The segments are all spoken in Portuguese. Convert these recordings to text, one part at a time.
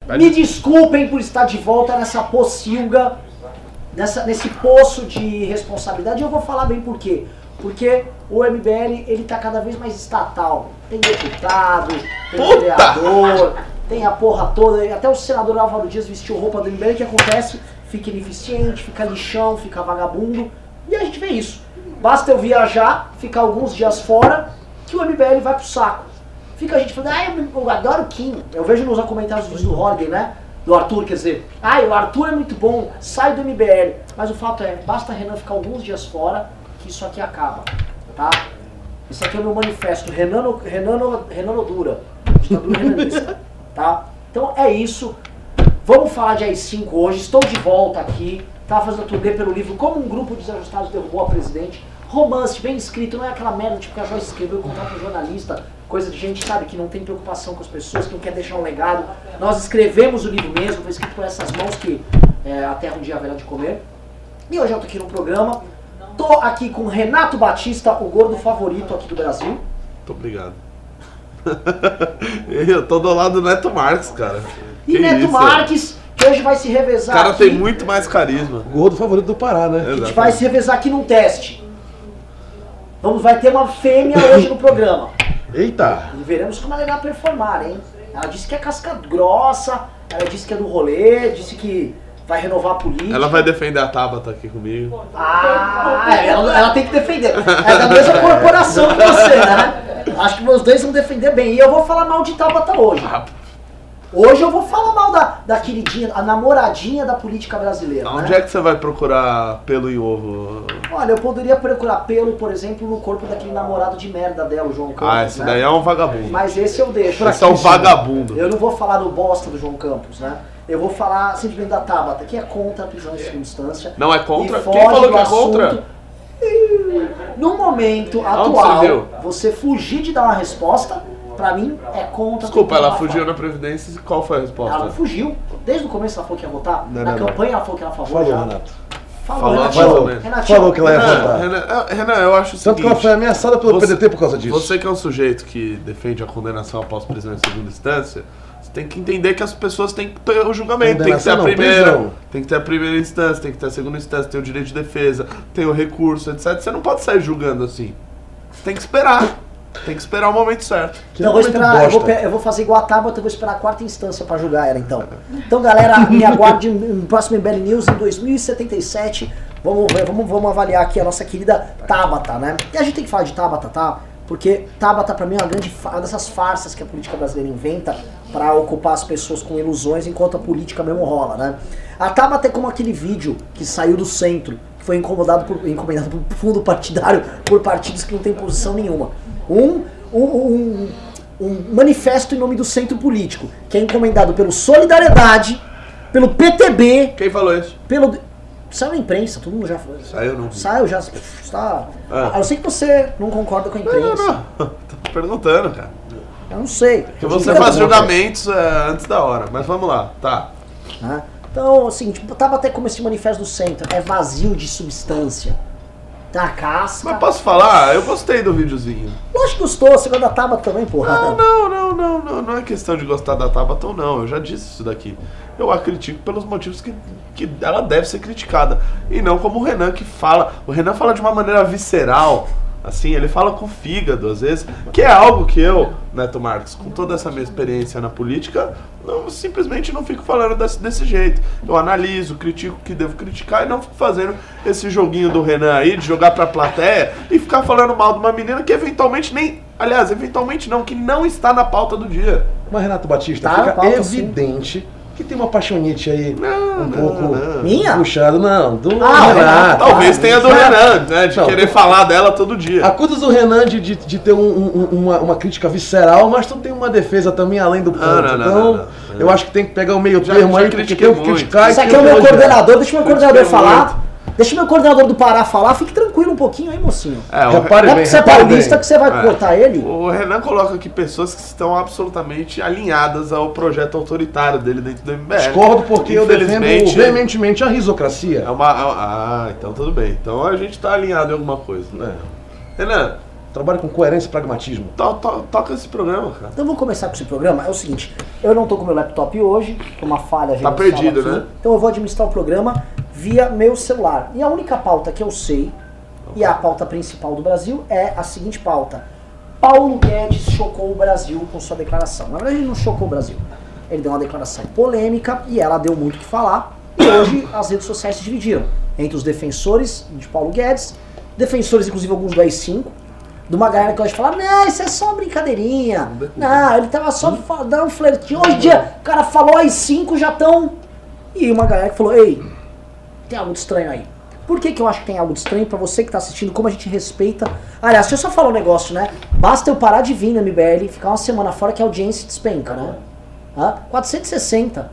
Me desculpem por estar de volta nessa pocilga, nesse poço de responsabilidade. Eu vou falar bem por quê. Porque o MBL, ele tá cada vez mais estatal. Tem deputado, tem vereador, tem a porra toda. Até o senador Álvaro Dias vestiu roupa do MBL. O que acontece? Fica ineficiente, fica lixão, fica vagabundo. E a gente vê isso. Basta eu viajar, ficar alguns dias fora, que o MBL vai pro saco. Fica a gente falando, eu adoro o Kim. Eu vejo nos comentários dos vídeos do Horgen, né? Do Arthur, quer dizer, o Arthur é muito bom, sai do MBL. Mas o fato é, basta Renan ficar alguns dias fora, que isso aqui acaba, tá? Isso aqui é o meu manifesto, Renan Odura, ditadura renanista, tá? Então é isso, vamos falar de AI-5 hoje, estou de volta aqui, tava fazendo turnê pelo livro Como um Grupo de Desajustados Derrubou a Presidente, romance bem escrito, não é aquela merda tipo que a Joyce escreveu, contar com um jornalista, coisa de gente, sabe, que não tem preocupação com as pessoas, que não quer deixar um legado. Nós escrevemos o livro mesmo, foi escrito por essas mãos que a terra um dia haverá de comer. E hoje eu tô aqui no programa. Tô aqui com Renato Batista, o gordo favorito aqui do Brasil. Muito obrigado. Eu tô do lado do Neto Marques, cara. E Neto Marques, que hoje vai se revezar. O cara aqui, tem muito mais carisma. O gordo favorito do Pará, né? A gente vai se revezar aqui num teste. Vai ter uma fêmea hoje no programa. Eita! E veremos como ela irá performar, hein? Ela disse que é casca grossa, ela disse que é do rolê, disse que vai renovar a política. Ela vai defender a Tabata aqui comigo. Ela tem que defender. É da mesma corporação que você, né? Acho que meus dois vão defender bem. E eu vou falar mal de Tabata hoje. Hoje eu vou falar mal da queridinha, a namoradinha da política brasileira. Onde é que você vai procurar pelo em ovo? Olha, eu poderia procurar pelo, por exemplo, no corpo daquele namorado de merda dela, o João Campos. Esse daí é um vagabundo. Mas esse eu deixo. Esse é um vagabundo. Eu não vou falar do bosta do João Campos, né? Eu vou falar simplesmente da Tabata, que é contra a prisão em segunda instância. Não é contra? Quem falou que é contra? No momento atual, você fugir de dar uma resposta, pra mim, é contra... Desculpa, ela fugiu na Previdência e qual foi a resposta? Ela não fugiu. Desde o começo ela falou que ia votar. Na campanha ela falou que era a favor. Falou, já. Renato. Falou que ela ia votar. Renan, eu acho o seguinte... Tanto que ela foi ameaçada pelo PDT por causa disso. Você que é um sujeito que defende a condenação após prisão em segunda instância, você tem que entender que as pessoas têm que ter o julgamento. Tem que ter a primeira, tem que ter a primeira instância, tem que ter a segunda instância, tem o direito de defesa, tem o recurso, etc. Você não pode sair julgando assim. Você tem que esperar. Tem que esperar o momento certo. Então, eu vou fazer igual a Tabata, eu vou esperar a quarta instância pra julgar ela, então. Então, galera, me aguarde no próximo MBL News em 2077. Vamos avaliar aqui a nossa querida Tabata, né? E a gente tem que falar de Tabata, tá? Porque Tabata, pra mim, é uma dessas farsas que a política brasileira inventa pra ocupar as pessoas com ilusões, enquanto a política mesmo rola, né? A Tabata é como aquele vídeo que saiu do centro, que foi encomendado por fundo partidário por partidos que não tem posição nenhuma. Um manifesto em nome do centro político, que é encomendado pelo Solidariedade, pelo PTB... Quem falou isso? Saiu na imprensa, todo mundo já foi. Saiu, não. Saiu, já está... Eu sei que você não concorda com a imprensa. Não. Tô perguntando, cara. Eu não sei. Que você faz julgamentos antes da hora, mas vamos lá, tá. Então, assim, tava até como esse manifesto do centro, é vazio de substância. Tá casca. Mas posso falar? Eu gostei do videozinho. Lógico que gostou, você gosta da Tabata também, porra. Não é questão de gostar da Tabata ou não, eu já disse isso daqui. Eu a critico pelos motivos que ela deve ser criticada. E não como o Renan que fala. O Renan fala de uma maneira visceral. Assim, ele fala com o fígado, às vezes, que é algo que eu, Neto Marques, com toda essa minha experiência na política, simplesmente não fico falando desse jeito. Eu analiso, critico o que devo criticar e não fico fazendo esse joguinho do Renan aí, de jogar pra plateia e ficar falando mal de uma menina que eventualmente que não está na pauta do dia. Mas, Renato Batista, fica evidente... que tem uma paixonite aí Minha? puxada, do Renan. Talvez tenha do Renan, né? De querer falar dela todo dia. Acusas do Renan de ter uma crítica visceral, mas tu tem uma defesa também além do ponto. Então, eu acho que tem que pegar o meio termo aí, porque tem que criticar. Isso aqui é o meu coordenador, deixa o meu coordenador falar. Deixa o meu coordenador do Pará falar, fique tranquilo um pouquinho aí, mocinho. Não é porque você é paulista que você vai cortar ele. O Renan coloca aqui pessoas que estão absolutamente alinhadas ao projeto autoritário dele dentro do MBL. Discordo porque eu defendo veementemente a risocracia. Então tudo bem. Então a gente tá alinhado em alguma coisa. Renan, Trabalhe com coerência e pragmatismo. Toca esse programa, cara. Então vou começar com esse programa. É o seguinte, eu não tô com meu laptop hoje, por uma falha Tá perdido, aqui, né? Então eu vou administrar o programa via meu celular. E a única pauta que eu sei, e a pauta principal do Brasil, é a seguinte pauta. Paulo Guedes chocou o Brasil com sua declaração. Na verdade ele não chocou o Brasil. Ele deu uma declaração polêmica e ela deu muito o que falar. E hoje as redes sociais se dividiram entre os defensores de Paulo Guedes, defensores inclusive alguns do AI-5, de uma galera que gosta de falar, não, isso é só uma brincadeirinha. Não, ele tava só dando um flertinho. Hoje em dia, o cara falou AI-5, já estão... E uma galera que falou, ei, tem algo de estranho aí. Por que eu acho que tem algo de estranho? Pra você que tá assistindo, como a gente respeita... Aliás, deixa eu só falar um negócio, né? Basta eu parar de vir no MBL, ficar uma semana fora que a audiência despenca, né? 460.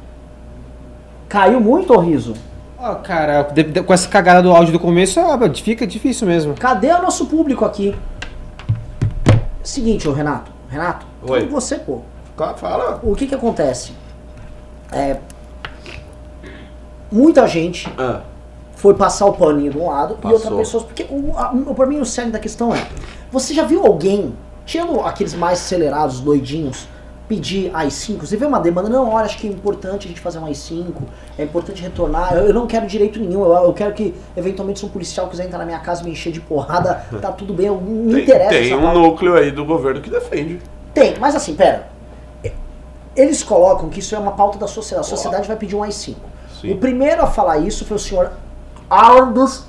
Caiu muito, ô Riso? Cara, com essa cagada do áudio do começo, fica difícil mesmo. Cadê o nosso público aqui? Seguinte, ô Renato. Renato, oi. Com você, pô. Fala. O que acontece? Muita gente foi passar o paninho de um lado e outra pessoa... Porque pra mim o cerne da questão é... Você já viu alguém, tirando aqueles mais acelerados, doidinhos, pedir AI-5? Você vê uma demanda, não, olha, acho que é importante a gente fazer um AI-5, é importante retornar, eu não quero direito nenhum, eu quero que eventualmente se um policial quiser entrar na minha casa e me encher de porrada, tá tudo bem, não me interessa. Tem um núcleo aí do governo que defende. Tem, mas assim, pera, eles colocam que isso é uma pauta da sociedade, a sociedade vai pedir um AI-5. Sim. O primeiro a falar isso foi o senhor Alan dos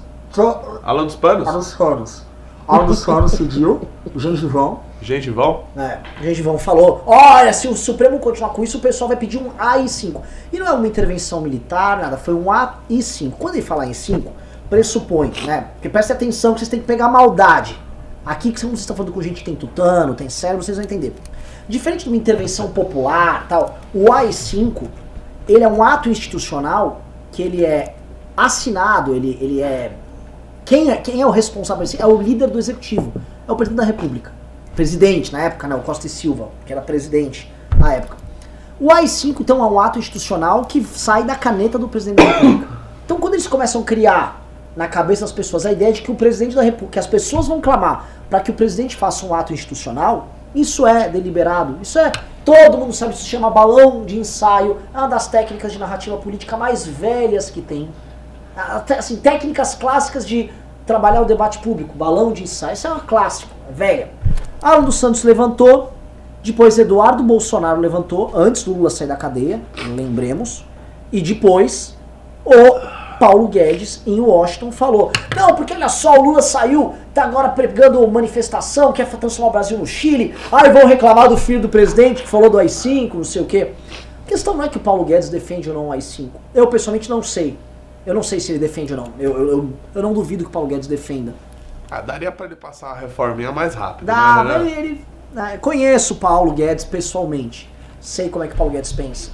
Panos. Alan dos Panos pediu, o gengivão. Gengivão? O gengivão falou, olha, se o Supremo continuar com isso, o pessoal vai pedir um AI-5. E não é uma intervenção militar, nada, foi um AI-5. Quando ele fala AI-5, pressupõe, né, porque preste atenção que vocês têm que pegar a maldade. Aqui, que vocês estão falando com gente que tem tutano, tem cérebro, vocês vão entender. Diferente de uma intervenção popular, tal, o AI-5, ele é um ato institucional que ele é assinado, ele é... Quem é o responsável? É o líder do executivo, é o presidente da República. Presidente, na época, né, o Costa e Silva, que era presidente na época. O AI-5, então, é um ato institucional que sai da caneta do presidente da República. Então, quando eles começam a criar na cabeça das pessoas a ideia de que o presidente da República, que as pessoas vão clamar para que o presidente faça um ato institucional, isso é deliberado, isso é... Todo mundo sabe, isso se chama balão de ensaio, é uma das técnicas de narrativa política mais velhas que tem. Assim, técnicas clássicas de trabalhar o debate público, balão de ensaio, isso é uma clássica, é velha. Alan dos Santos levantou, depois Eduardo Bolsonaro levantou, antes do Lula sair da cadeia, lembremos, e depois o Paulo Guedes em Washington falou, não, porque olha só, o Lula saiu, tá agora pregando manifestação, quer transformar o Brasil no Chile, aí vão reclamar do filho do presidente que falou do AI-5, não sei o quê. A questão não é que o Paulo Guedes defende ou não o AI-5, eu pessoalmente não sei. Eu não sei se ele defende ou não. Eu não duvido que o Paulo Guedes defenda. Daria pra ele passar a reforminha mais rápido. Dá, né? Conheço o Paulo Guedes pessoalmente. Sei como é que o Paulo Guedes pensa.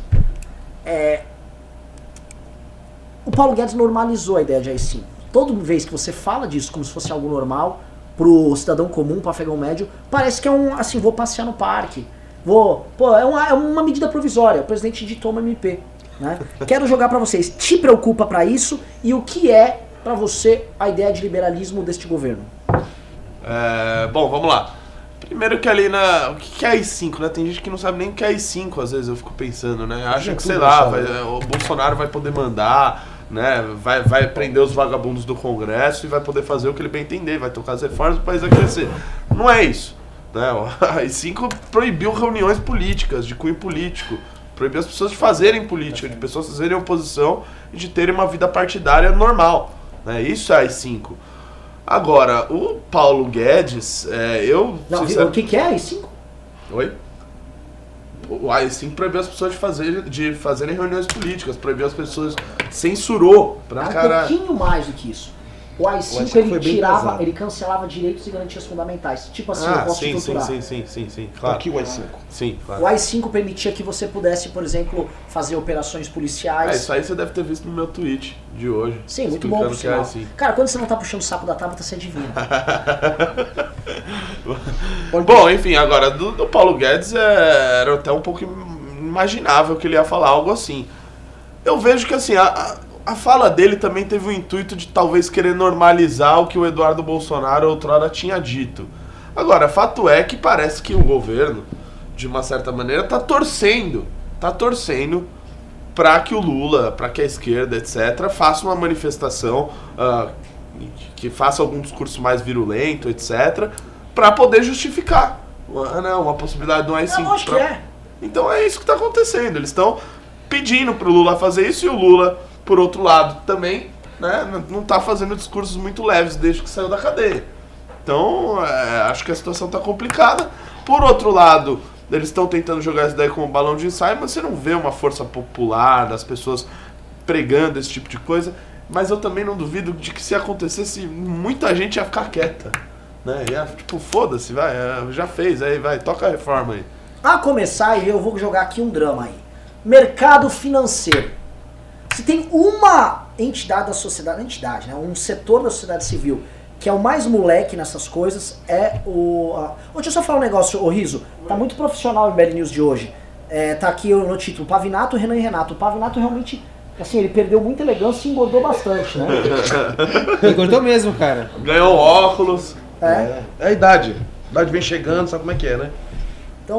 O Paulo Guedes normalizou a ideia de AI-5. Toda vez que você fala disso como se fosse algo normal, pro cidadão comum, pro afegão médio, parece que é assim, vou passear no parque. É uma medida provisória. O presidente ditou uma MP. Né? Quero jogar pra vocês, te preocupa pra isso e o que é pra você a ideia de liberalismo deste governo? Bom, vamos lá. Primeiro que ali o que é AI-5, né? Tem gente que não sabe nem o que é AI-5, às vezes eu fico pensando, né? Acha que, sei lá, o Bolsonaro vai poder mandar, né? Vai prender os vagabundos do Congresso e vai poder fazer o que ele bem entender, vai tocar as reformas, o país vai crescer. Não é isso, né? A AI-5 proibiu reuniões políticas, de cunho político. Proibir as pessoas de fazerem política, de pessoas fazerem oposição e de terem uma vida partidária normal. Né? Isso é AI-5. Agora, o Paulo Guedes, o que é AI-5? Oi? O AI-5 proibiu as pessoas de fazerem reuniões políticas, proibiu as pessoas, censurou pra caralho. Um pouquinho mais do que isso. O AI-5 ele cancelava direitos e garantias fundamentais. Tipo assim, eu posso te torturar. Sim, claro. O que o AI-5? Sim, claro. O AI-5 permitia que você pudesse, por exemplo, fazer operações policiais. Isso aí você deve ter visto no meu tweet de hoje. Sim, muito bom, por sinal. Cara, quando você não tá puxando o saco da Tabata, você adivinha. Bom, enfim, agora, do Paulo Guedes era até um pouco imaginável que ele ia falar algo assim. Eu vejo que assim, a fala dele também teve o intuito de talvez querer normalizar o que o Eduardo Bolsonaro outrora tinha dito. Agora, fato é que parece que o governo, de uma certa maneira, tá torcendo para que o Lula, para que a esquerda, etc., faça uma manifestação, que faça algum discurso mais virulento, etc., para poder justificar uma possibilidade de um AI-5. Acho que é. Então é isso que está acontecendo. Eles estão pedindo para o Lula fazer isso e o Lula, por outro lado, também, né, não está fazendo discursos muito leves desde que saiu da cadeia. Então, acho que a situação está complicada. Por outro lado, eles estão tentando jogar isso daí como um balão de ensaio, mas você não vê uma força popular das pessoas pregando esse tipo de coisa. Mas eu também não duvido de que se acontecesse, muita gente ia ficar quieta. Né? Ia, tipo, foda-se, vai, já fez, aí vai, toca a reforma aí. A começar, eu vou jogar aqui um drama aí. Mercado financeiro. Se tem uma entidade da sociedade, né, um setor da sociedade civil que é o mais moleque nessas coisas, é o... Deixa eu só falar um negócio, ô Riso. Tá muito profissional o MBL News de hoje. Tá aqui no título, Pavinato, Renan e Renato. O Pavinato realmente, assim, ele perdeu muita elegância e engordou bastante, né? Engordou mesmo, cara. Ganhou óculos. É a idade. A idade vem chegando, sabe como é que é, né? Então,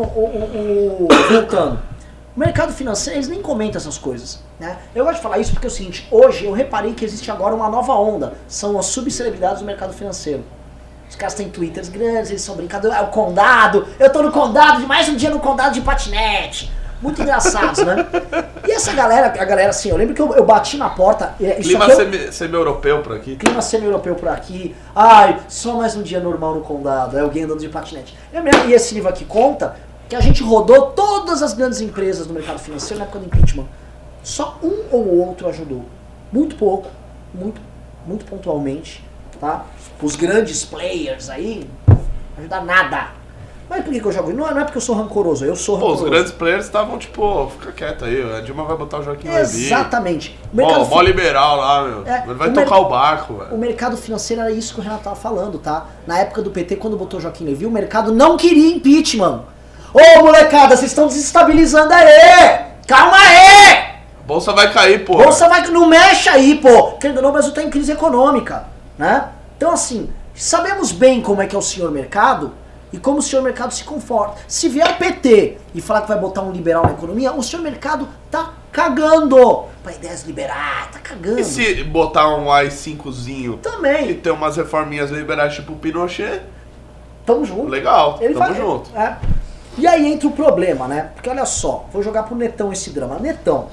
voltando. O mercado financeiro, eles nem comentam essas coisas, né? Eu gosto de falar isso porque é o seguinte, hoje eu reparei que existe agora uma nova onda, são as subcelebridades do mercado financeiro. Os caras têm twitters grandes, eles são brincadores, o condado, eu tô no condado, de mais um dia no condado de patinete. Muito engraçados, né? E essa galera, a galera assim, eu lembro que eu bati na porta... Clima semi-europeu por aqui. Clima semi-europeu por aqui. Ai, só mais um dia normal no condado, alguém andando de patinete. E esse livro aqui conta que a gente rodou todas as grandes empresas do mercado financeiro na época do impeachment. Só um ou outro ajudou. Muito pouco, muito pontualmente, tá? Os grandes players aí, não ajudar nada. Mas por que eu jogo? Não é porque eu sou rancoroso, eu sou rancoroso. Os grandes players estavam tipo, fica quieto aí, a Dilma vai botar o Joaquim Levy. Exatamente. Mó liberal lá, meu. Ele vai tocar o barco, velho. O mercado financeiro era isso que o Renato tava falando, tá? Na época do PT, quando botou o Joaquim Levy, o mercado não queria impeachment. Ô, molecada, vocês estão desestabilizando aí! Calma aí! Bolsa vai cair, pô. Bolsa vai... Não mexe aí, pô. Querendo ou não, o Brasil tá em crise econômica, né? Então, assim, sabemos bem como é que é o senhor mercado e como o senhor mercado se conforta. Se vier o PT e falar que vai botar um liberal na economia, o senhor mercado tá cagando pra ideias liberais, tá cagando. E se botar um AI-5zinho também e ter umas reforminhas liberais tipo o Pinochet? Tamo junto. Legal, tamo junto. E aí entra o problema, né? Porque olha só, vou jogar pro Netão esse drama. Netão,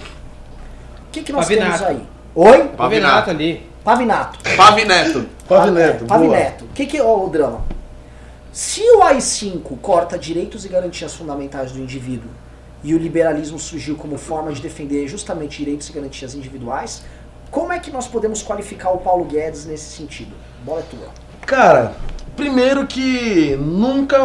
o que nós temos aí? Oi? Pavinato ali. Pavinato. Pavineto. Pavineto. O que é o drama? Se o AI-5 corta direitos e garantias fundamentais do indivíduo e o liberalismo surgiu como forma de defender justamente direitos e garantias individuais, como é que nós podemos qualificar o Paulo Guedes nesse sentido? Bola é tua. Cara, primeiro que nunca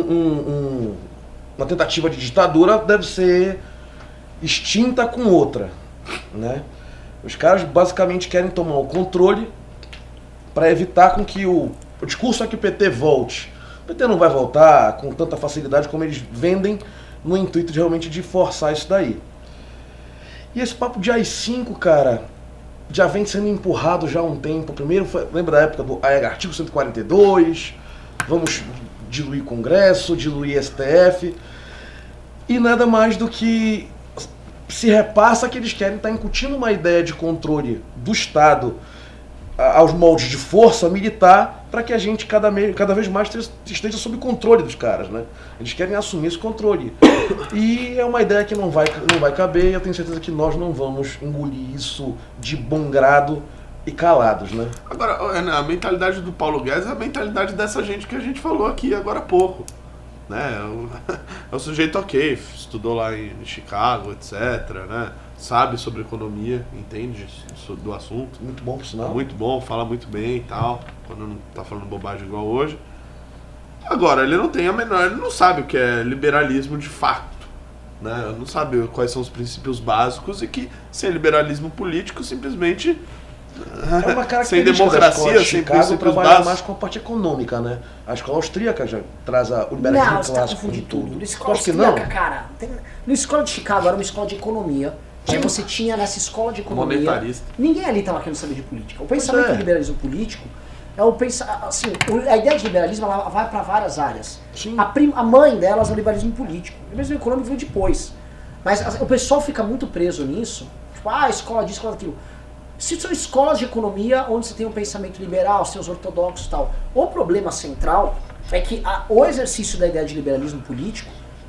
uma tentativa de ditadura deve ser extinta com outra, né? Os caras basicamente querem tomar o controle para evitar com que o discurso é que o PT volte. O PT não vai voltar com tanta facilidade como eles vendem no intuito de realmente de forçar isso daí. E esse papo de AI-5, cara, já vem sendo empurrado já há um tempo. Primeiro, lembra da época do artigo 142, vamos diluir Congresso, diluir STF, e nada mais do que se repassa que eles querem estar incutindo uma ideia de controle do Estado aos moldes de força militar para que a gente cada vez mais esteja sob controle dos caras, né? Eles querem assumir esse controle. E é uma ideia que não vai caber, e eu tenho certeza que nós não vamos engolir isso de bom grado e calados, né? Agora, a mentalidade do Paulo Guedes é a mentalidade dessa gente que a gente falou aqui agora há pouco. Né? É o sujeito ok, estudou lá em Chicago, etc. Né? Sabe sobre economia, entende do assunto. Muito bom, por sinal. Muito bom, fala muito bem e tal, quando não tá falando bobagem igual hoje. Agora, ele não tem a menor, ele não sabe o que é liberalismo de fato. Né? Não sabe quais são os princípios básicos e que sem liberalismo político simplesmente... É uma característica sem democracia, de Chicago, sem trabalhar mais com a parte econômica, né? A escola austríaca já traz o liberalismo clássico. Não, você tá confundindo tudo. Na escola austríaca, cara, na escola de Chicago era uma escola de economia Aí você tinha nessa escola de economia... Monetarista. Ninguém ali estava querendo saber de política. O pensamento é. do liberalismo político é o assim, a ideia de liberalismo ela vai para várias áreas. Sim. A mãe delas é o liberalismo político. O liberalismo econômico veio depois. Mas o pessoal fica muito preso nisso. Tipo, escola disso, escola daquilo. Se são escolas de economia onde você tem um pensamento liberal, seus ortodoxos e tal. O problema central é que o exercício da ideia de liberalismo político,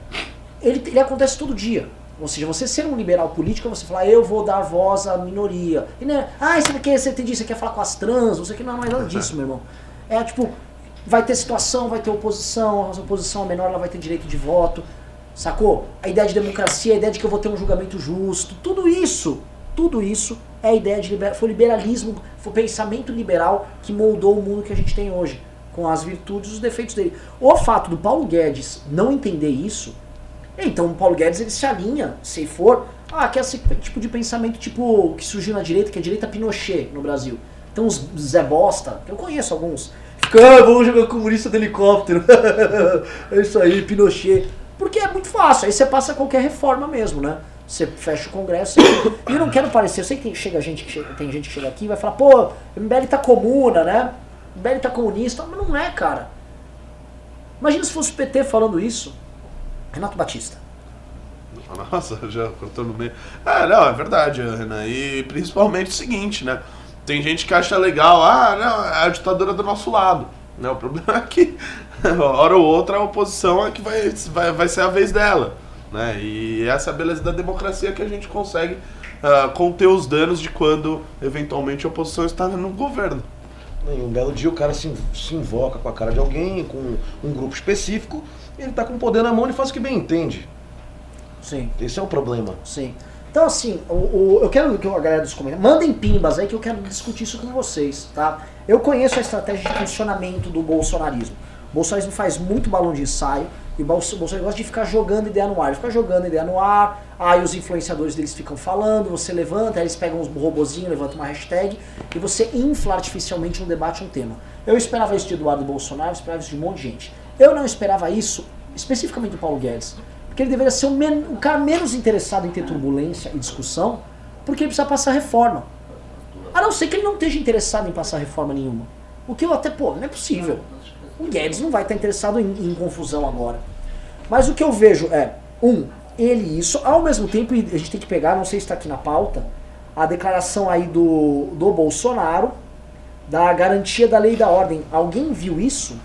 ele acontece todo dia. Ou seja, você ser um liberal político, você falar, eu vou dar voz à minoria. E não é, você quer falar com as trans, você quer, não é nada disso, meu irmão. É tipo, vai ter situação, vai ter oposição, a oposição menor ela vai ter direito de voto, sacou? A ideia de democracia, a ideia de que eu vou ter um julgamento justo, tudo isso é a ideia de foi o liberalismo, foi o pensamento liberal que moldou o mundo que a gente tem hoje, com as virtudes e os defeitos dele. O fato do Paulo Guedes não entender isso, então o Paulo Guedes ele se alinha, se for, que é esse tipo de pensamento tipo que surgiu na direita, que é a direita Pinochet no Brasil. Então os Zé Bosta, que eu conheço alguns, ficam, vamos jogar comunista de helicóptero, é isso aí, Pinochet. Porque é muito fácil, aí você passa qualquer reforma mesmo, né? Você fecha o Congresso. E eu não quero parecer, eu sei que tem gente que chega aqui e vai falar, pô, o MBL tá comuna, né? O MBL tá comunista, mas não é, cara. Imagina se fosse o PT falando isso. Renato Batista. Nossa, já cortou no meio. Não, é verdade, Renan. E principalmente o seguinte, né? Tem gente que acha legal, não, é a ditadura do nosso lado. Né? O problema é que, hora ou outra, a oposição é que vai ser a vez dela. Né? E essa é a beleza da democracia que a gente consegue conter os danos de quando, eventualmente, a oposição está no governo. E um belo dia o cara se invoca com a cara de alguém, com um grupo específico, e ele tá com o poder na mão e faz o que bem entende. Sim. Esse é o problema. Sim. Então, assim, eu quero que a galera dos comentários mandem pimbas aí que eu quero discutir isso com vocês, tá? Eu conheço a estratégia de funcionamento do bolsonarismo. O bolsonarismo faz muito balão de ensaio e o bolsonarismo gosta de ficar jogando ideia no ar. Ele fica jogando ideia no ar, aí os influenciadores deles ficam falando, você levanta, aí eles pegam uns robozinhos, levantam uma hashtag e você infla artificialmente um debate, um tema. Eu esperava isso de Eduardo Bolsonaro, eu esperava isso de um monte de gente. Eu não esperava isso, especificamente do Paulo Guedes, porque ele deveria ser o cara menos interessado em ter turbulência e discussão, porque ele precisa passar reforma. A não ser que ele não esteja interessado em passar reforma nenhuma. O que eu até, não é possível. O Guedes não vai estar interessado em confusão agora. Mas o que eu vejo é, ele isso, ao mesmo tempo, a gente tem que pegar, não sei se está aqui na pauta, a declaração aí do Bolsonaro, da garantia da lei e da ordem. Alguém viu isso?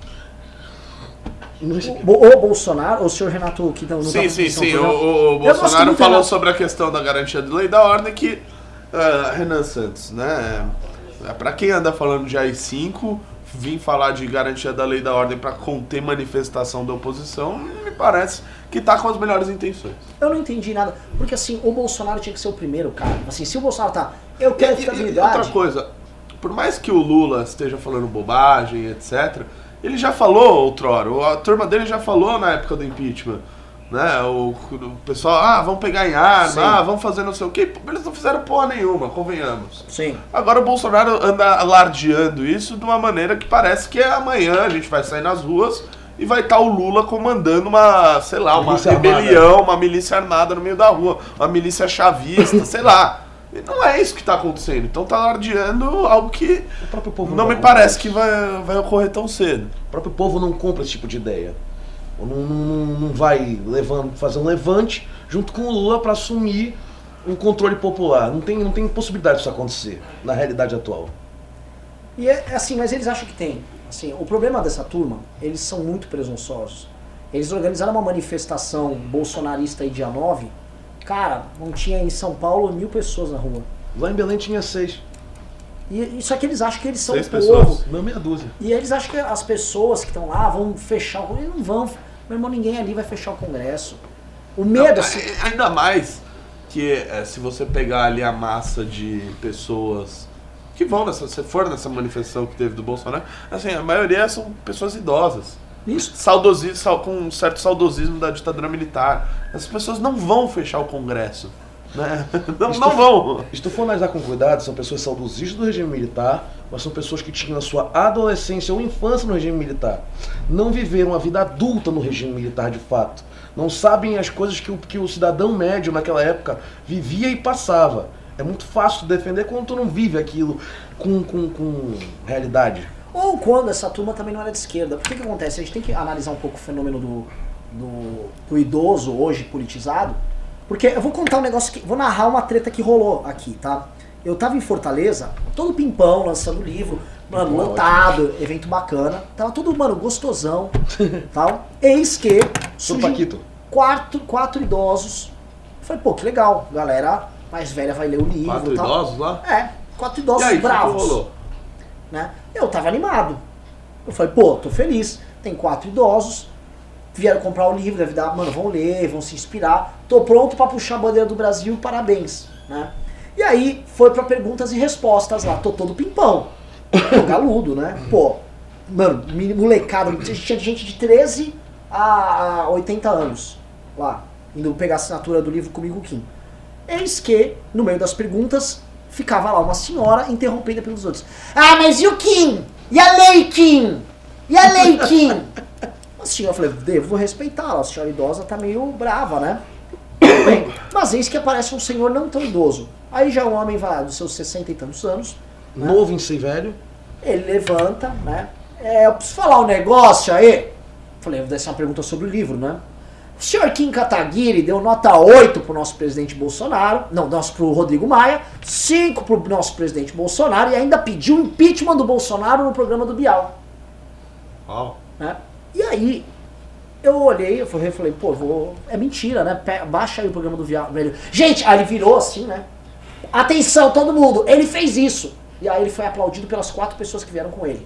O Bolsonaro, o senhor Renato, que não sim. O Bolsonaro falou sobre a questão da garantia da lei e da ordem que, Renan Santos, né, pra quem anda falando de AI-5, vir falar de garantia da lei e da ordem pra conter manifestação da oposição, me parece que tá com as melhores intenções. Eu não entendi nada, porque assim, o Bolsonaro tinha que ser o primeiro, cara. Assim, se o Bolsonaro eu quero estabilidade... Outra coisa, por mais que o Lula esteja falando bobagem, etc., ele já falou outrora, a turma dele já falou na época do impeachment, né? O pessoal, vamos pegar em arma, vamos fazer não sei o quê. Eles não fizeram porra nenhuma, convenhamos. Sim. Agora o Bolsonaro anda alardeando isso de uma maneira que parece que amanhã a gente vai sair nas ruas e vai estar o Lula comandando uma rebelião, armada. Uma milícia armada no meio da rua, uma milícia chavista, sei lá. E não é isso que está acontecendo. Então tá alardeando algo que o próprio povo não me parece que vai ocorrer tão cedo. O próprio povo não compra esse tipo de ideia. Não vai fazer um levante junto com o Lula para assumir um controle popular. Não tem possibilidade disso acontecer na realidade atual. E é assim, mas eles acham que tem. Assim, o problema dessa turma, eles são muito presunçosos. Eles organizaram uma manifestação bolsonarista aí dia 9. Cara, não tinha em São Paulo 1.000 pessoas na rua. Lá em Belém tinha 6. E só que eles acham que eles são 6 o pessoas? povo. Não, meia dúzia. E eles acham que as pessoas que estão lá vão fechar o Congresso. Eles não vão. Meu irmão, ninguém ali vai fechar o Congresso. O medo, assim... Ainda mais que se você pegar ali a massa de pessoas que vão se for nessa manifestação que teve do Bolsonaro, assim, a maioria são pessoas idosas. Isso. Com um certo saudosismo da ditadura militar. Essas pessoas não vão fechar o Congresso. Né? Não vão. Se tu for analisar com cuidado, são pessoas saudosistas do regime militar, mas são pessoas que tinham a sua adolescência ou infância no regime militar. Não viveram a vida adulta no regime militar de fato. Não sabem as coisas que o cidadão médio naquela época vivia e passava. É muito fácil defender quando tu não vive aquilo com realidade. Ou quando essa turma também não era de esquerda. Por que acontece? A gente tem que analisar um pouco o fenômeno do idoso hoje politizado. Porque eu vou contar um negócio, vou narrar uma treta que rolou aqui, tá? Eu tava em Fortaleza, todo pimpão, lançando livro, mano, lotado, evento bacana. Tava tudo, mano, gostosão, tal. Eis que Paquito. quatro idosos. Eu falei, pô, que legal, galera mais velha vai ler o livro. 4 tal. idosos lá? É, 4 idosos E aí, bravos. que rolou? Né? Eu tava animado. Eu falei, pô, tô feliz. Tem 4 idosos, vieram comprar o livro, deve dar, mano, vão ler, vão se inspirar. Tô pronto pra puxar a bandeira do Brasil, parabéns, né? E aí foi pra perguntas e respostas lá, tô todo pimpão. Tô galudo, né? Pô, mano, molecada, tinha gente de 13 a 80 anos lá, indo pegar a assinatura do livro comigo, Kim. Eis que, no meio das perguntas, ficava lá uma senhora interrompida pelos outros. Ah, mas e o Kim? E a lei, Kim? E a lei, Kim? A senhora, eu falei, vou respeitá-la, a senhora idosa tá meio brava, né? Bem, mas eis que aparece um senhor não tão idoso. Aí já um homem vai lá dos seus 60 e tantos anos. Né? Novo em si, velho. Ele levanta, né? Eu preciso falar um negócio aí. Falei, vou deixar uma pergunta sobre o livro, né? O senhor Kim Kataguiri deu nota 8 pro nosso presidente Bolsonaro, não, pro Rodrigo Maia, 5 pro nosso presidente Bolsonaro e ainda pediu o impeachment do Bolsonaro no programa do Bial. Uau. Né? E aí, eu olhei, eu falei, pô, é mentira, né? Baixa aí o programa do Bial. Gente, aí ele virou assim, né? Atenção, todo mundo, ele fez isso. E aí ele foi aplaudido pelas 4 pessoas que vieram com ele.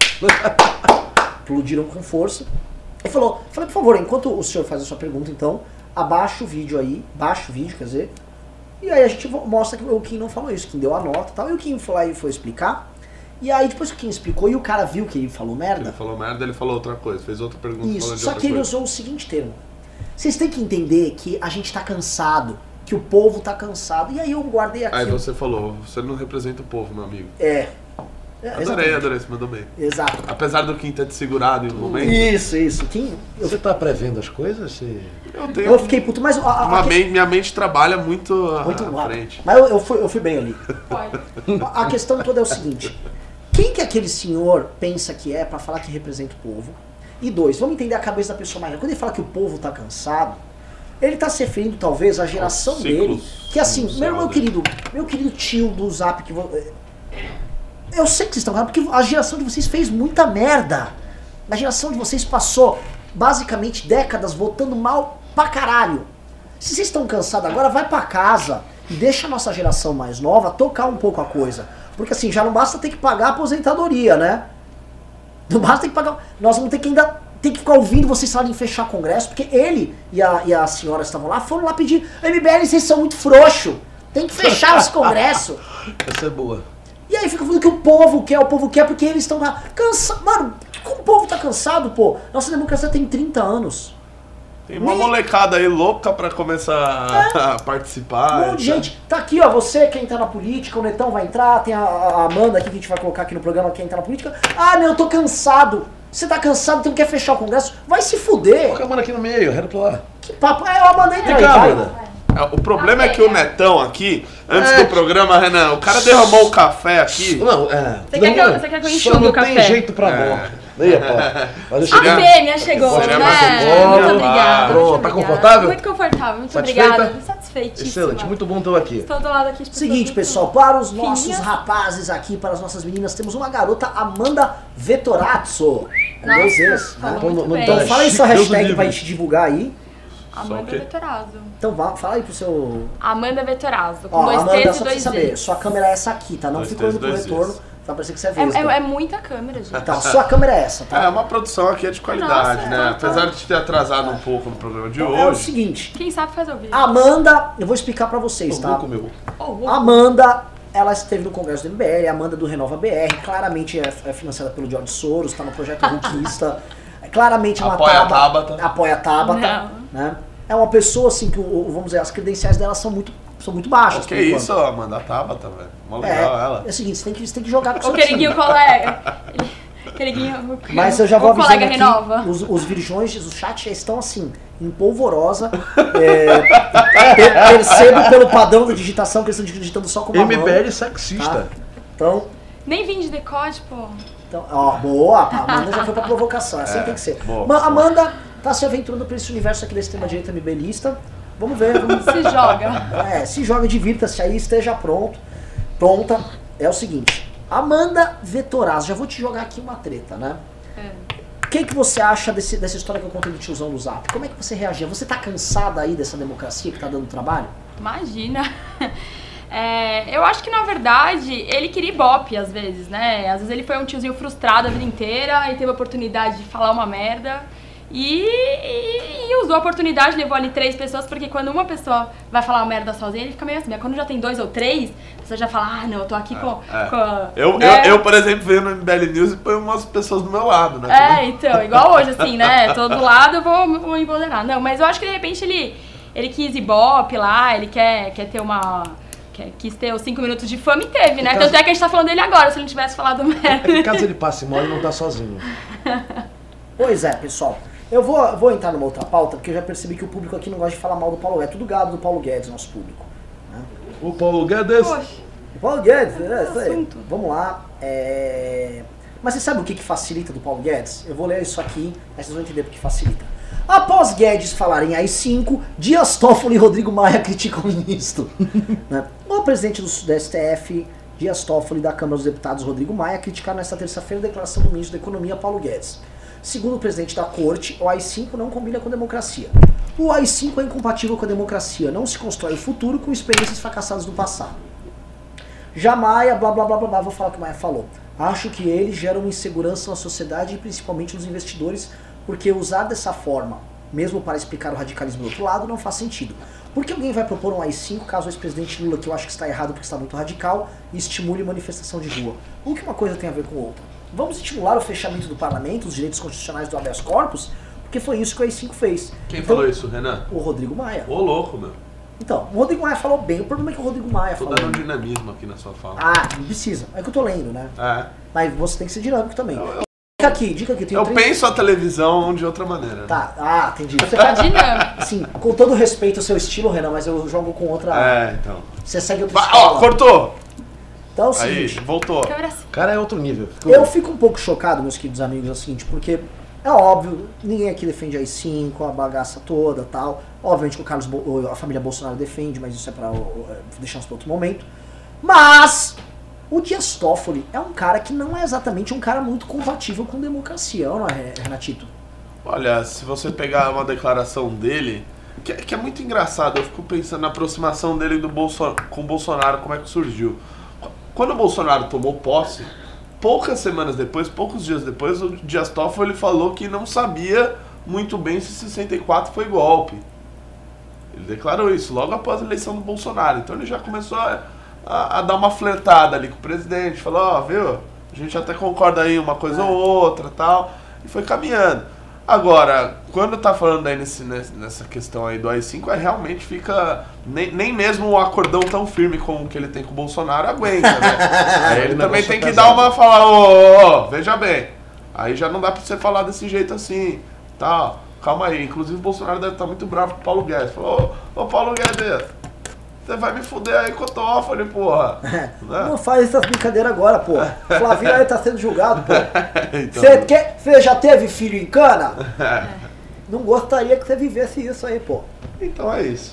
Aplaudiram com força. Ele falei, por favor, enquanto o senhor faz a sua pergunta, então, abaixa o vídeo aí, baixa o vídeo, quer dizer, e aí a gente mostra que o Kim não falou isso, Kim deu a nota e tal, e o Kim foi lá e foi explicar, e aí depois que o Kim explicou e o cara viu que ele falou merda... Ele falou merda, ele falou outra coisa, fez outra pergunta. Isso, só que ele usou o seguinte termo, vocês têm que entender que a gente tá cansado, que o povo tá cansado, e aí eu guardei aqui... Aí você falou, você não representa o povo, meu amigo. Adorei, você mandou bem. Exato. Apesar do Kim ter te segurado em um momento. Isso. Kim, Você tá prevendo as coisas? eu fiquei puto, mas... Minha mente trabalha muito à rápido. frente. Mas eu fui bem ali. A questão toda é o seguinte. Quem que aquele senhor pensa que é pra falar que representa o povo? E 2, vamos entender a cabeça da pessoa mais velha. Quando ele fala que o povo tá cansado, ele tá se referindo talvez à geração dele. Que assim, meu querido tio do Zap, que eu sei que vocês estão cansados, porque a geração de vocês fez muita merda. A geração de vocês passou basicamente décadas votando mal pra caralho. Se vocês estão cansados agora, vai pra casa e deixa a nossa geração mais nova tocar um pouco a coisa. Porque assim, já não basta ter que pagar a aposentadoria, né? Não basta ter que pagar... Nós vamos ter que ainda... Tem que ficar ouvindo vocês falarem em fechar congresso, porque ele e a senhora estavam lá, foram lá pedir, MBL, vocês são muito frouxo, tem que fechar os congressos. Essa é boa. E aí fica falando que o povo quer porque eles estão lá cansados. Mano, como o povo tá cansado, pô? Nossa democracia tem 30 anos. Tem uma molecada aí louca pra começar a participar. Um monte de gente. Tá aqui, ó, você quem tá na política, o Netão vai entrar, tem a Amanda aqui que a gente vai colocar aqui no programa, quem tá na política. Ah, meu, eu tô cansado. Você tá cansado, então quer fechar o congresso? Vai se fuder. Coloca a Amanda aqui no meio, reta pra lá. Que papo. É, a Amanda entra aí, vai. O problema é que o Netão aqui, antes do programa, Renan, o cara derramou o café aqui. Não, Você quer que eu enxugue o café? Não tem jeito pra boca. A fêmea chegou, né? Muito obrigada. Pronto, tá confortável? Muito confortável, muito Satisfeita? obrigada. Satisfeitíssima. Excelente, muito bom ter aqui. Estou do lado aqui. Seguinte, pessoal, para os nossos rapazes aqui, para as nossas meninas, temos uma garota, Amanda Vettorazzo. Com 2 E's. Muito bem. Então fala aí sua hashtag pra gente divulgar aí. Amanda Vettorazzo. Então fala aí pro seu... Amanda Vettorazzo, com Ó, 2 Amanda, T's e só pra você 2 saber, Z's. sua câmera é essa aqui, tá? Não fica olhando pro retorno, vai parecer que você é vesga. É muita câmera, gente. Então, sua câmera é essa, tá? É, uma produção aqui é de qualidade, Nossa, né? tá. Apesar de ter atrasado um pouco no programa de Então, é o hoje. seguinte, Quem sabe faz ao vivo. Amanda, eu vou explicar pra vocês, tá? Meu. Amanda, ela esteve no congresso do MBL, Amanda do Renova BR, claramente é financiada pelo George Soros, tá no projeto Hulkista, claramente é uma Apoia a Tabata. apoia a Tabata, né? É uma pessoa assim que, vamos dizer, as credenciais dela são muito são muito baixas. Que por enquanto. isso, Amanda, a Tabata, velho. Mó legal ela. É o seguinte, você tem que jogar com o O seu queridinho time. colega. Queridinho, Mas eu já vou o avisando colega aqui, renova. os virgões do chat já estão assim, em polvorosa. Percebo pelo padrão da digitação que eles estão digitando só com uma mão. MBL sexista. Tá? Então, Nem vim de decode, pô. ó, boa, a Amanda já foi pra provocação, assim tem que ser. boa. Amanda tá se aventurando por esse universo aqui da extrema-direita MBLista. Vamos ver, Se joga. se joga, divirta-se aí, esteja pronta. É o seguinte, Amanda Vetorazzo, já vou te jogar aqui uma treta, né? O que você acha dessa história que eu contei do tiozão do Zap? Como é que você reagia? Você tá cansada aí dessa democracia que tá dando trabalho? Imagina. Eu acho que, na verdade, ele queria ibope, às vezes, né? Às vezes ele foi um tiozinho frustrado a vida inteira e teve a oportunidade de falar uma merda. E usou a oportunidade, levou ali 3 pessoas, porque quando uma pessoa vai falar uma merda sozinha, ele fica meio assim. Mas quando já tem 2 ou 3, você já fala, não, eu tô aqui com Eu, por exemplo, veio no MBL News e põe umas pessoas do meu lado, né? Então, igual hoje, assim, né? Tô do lado, eu vou empoderar. Não, mas eu acho que, de repente, ele quis ibope lá, ele quer ter uma... Quis ter os 5 minutos de fama e teve, né? Tanto é que a gente tá falando dele agora, se ele não tivesse falado merda. É que caso ele passe mal, ele não tá sozinho. Pois é, pessoal. Eu vou entrar numa outra pauta, porque eu já percebi que o público aqui não gosta de falar mal do Paulo Guedes. É tudo gado do Paulo Guedes, nosso público. Né? O Paulo Guedes... Poxa, O Paulo Guedes, isso aí. assunto. Vamos lá. Mas você sabe o que facilita do Paulo Guedes? Eu vou ler isso aqui, aí vocês vão entender porque facilita. Após Guedes falarem AI-5, Dias Toffoli e Rodrigo Maia criticam o ministro. Né? O presidente do STF, Dias Toffoli, da Câmara dos Deputados, Rodrigo Maia, criticaram nesta terça-feira a declaração do ministro da Economia, Paulo Guedes. Segundo o presidente da corte, o AI-5 não combina com democracia. O AI-5 é incompatível com a democracia, não se constrói o futuro com experiências fracassadas do passado. Já Maia, blá blá blá blá blá, vou falar o que Maia falou. Acho que ele gera uma insegurança na sociedade e principalmente nos investidores, porque usar dessa forma, mesmo para explicar o radicalismo do outro lado, não faz sentido. Porque alguém vai propor um AI-5 caso o ex-presidente Lula, que eu acho que está errado porque está muito radical, e estimule manifestação de rua? O que uma coisa tem a ver com outra? Vamos estimular o fechamento do parlamento, os direitos constitucionais do habeas corpus, porque foi isso que o AI-5 fez. Quem Então, falou isso, Renan? O Rodrigo Maia. Ô, louco, meu. Então, o Rodrigo Maia falou bem, o problema é que o Rodrigo Maia Tô falou. dando um dinamismo aqui na sua fala. Não precisa. É que eu tô lendo, né? Mas você tem que ser dinâmico também. Dica aqui. Eu penso a televisão de outra maneira. Tá, entendi. Você Tá dinâmico. assim, com todo respeito ao seu estilo, Renan, mas eu jogo com outra... Então. Você segue outra escola. Cortou! Então é o Aí, seguinte, voltou. Câmera assim. O cara é outro nível. eu fico um pouco chocado, meus queridos amigos, é o seguinte, porque é óbvio, ninguém aqui defende a AI-5, a bagaça toda tal. Obviamente que a família Bolsonaro defende, mas isso é pra deixar para outro momento. Mas o Dias Toffoli é um cara que não é exatamente um cara muito compatível com democracia, não é, Renatito? Olha, se você pegar uma declaração dele, que é muito engraçado, eu fico pensando na aproximação dele com o Bolsonaro, como é que surgiu. Quando o Bolsonaro tomou posse, poucas semanas depois, poucos dias depois, o Dias Toffoli falou que não sabia muito bem se 64 foi golpe. Ele declarou isso logo após a eleição do Bolsonaro. Então ele já começou a dar uma flertada ali com o presidente. Falou, viu, a gente até concorda aí uma coisa ou outra tal. E foi caminhando. Agora, quando tá falando aí nessa questão aí do AI-5, realmente fica... Nem mesmo um acordão tão firme como o que ele tem com o Bolsonaro aguenta, né? Aí ele também tem que dar uma... Falar, veja bem, aí já não dá pra você falar desse jeito assim, tal. Calma aí, inclusive o Bolsonaro deve estar muito bravo com o Paulo Guedes. Falou, ô Paulo Guedes, você vai me fuder aí com o Toffoli, porra. Não faz essas brincadeiras agora, porra. Flavinho aí tá sendo julgado, porra. Então, Você já teve filho em cana? Não gostaria que você vivesse isso aí, pô. então é isso.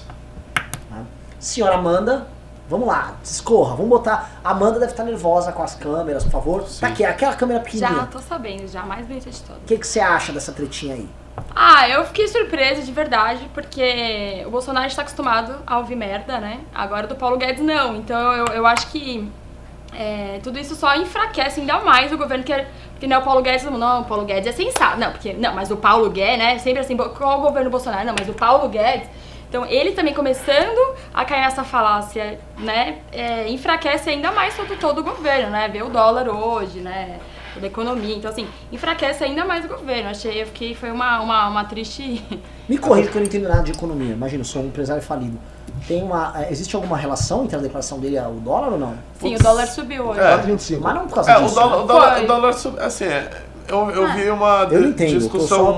Senhora Amanda, vamos lá, discorra, vamos botar. A Amanda deve estar nervosa com as câmeras, por favor. Sim. Tá aqui, aquela câmera Já pequenininha. tô sabendo, já a mais bonita de todas. O que você acha dessa tretinha aí? Eu fiquei surpresa de verdade, porque o Bolsonaro está acostumado a ouvir merda, né? Agora do Paulo Guedes não. Então eu acho que tudo isso só enfraquece ainda mais o governo, porque não é o Paulo Guedes, não, o Paulo Guedes é sensato. Não, mas o Paulo Guedes, né? Sempre assim, qual o governo Bolsonaro? Não, mas o Paulo Guedes. Então ele também começando a cair nessa falácia, né? Enfraquece ainda mais todo o governo, né? Ver o dólar hoje, né? Da economia, então assim, enfraquece ainda mais o governo. Foi uma triste... Me corrija que eu não entendo nada de economia. Imagina, eu sou um empresário falido. existe alguma relação entre a declaração dele e o dólar ou não? Sim, o dólar subiu hoje. 4,25. Mas não por causa disso. O dólar assim, eu vi uma discussão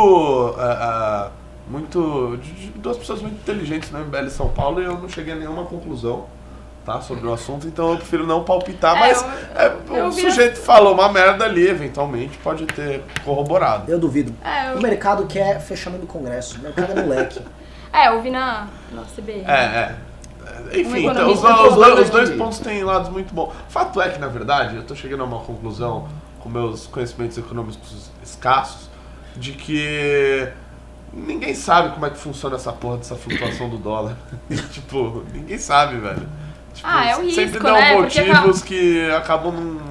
muito de duas pessoas muito inteligentes no MBL São Paulo e eu não cheguei a nenhuma conclusão, tá, sobre o assunto, então eu prefiro não palpitar, mas o sujeito falou uma merda ali, eventualmente pode ter corroborado. Eu duvido. O mercado quer fechamento do Congresso, o mercado é moleque. Eu vi na CBN. Enfim, então, os dois pontos têm lados muito bons. Fato é que, na verdade, eu tô chegando a uma conclusão com meus conhecimentos econômicos escassos, de que ninguém sabe como é que funciona essa porra dessa flutuação do dólar. Tipo, ninguém sabe, velho. Tipo, é o risco, sempre dão motivos que acabam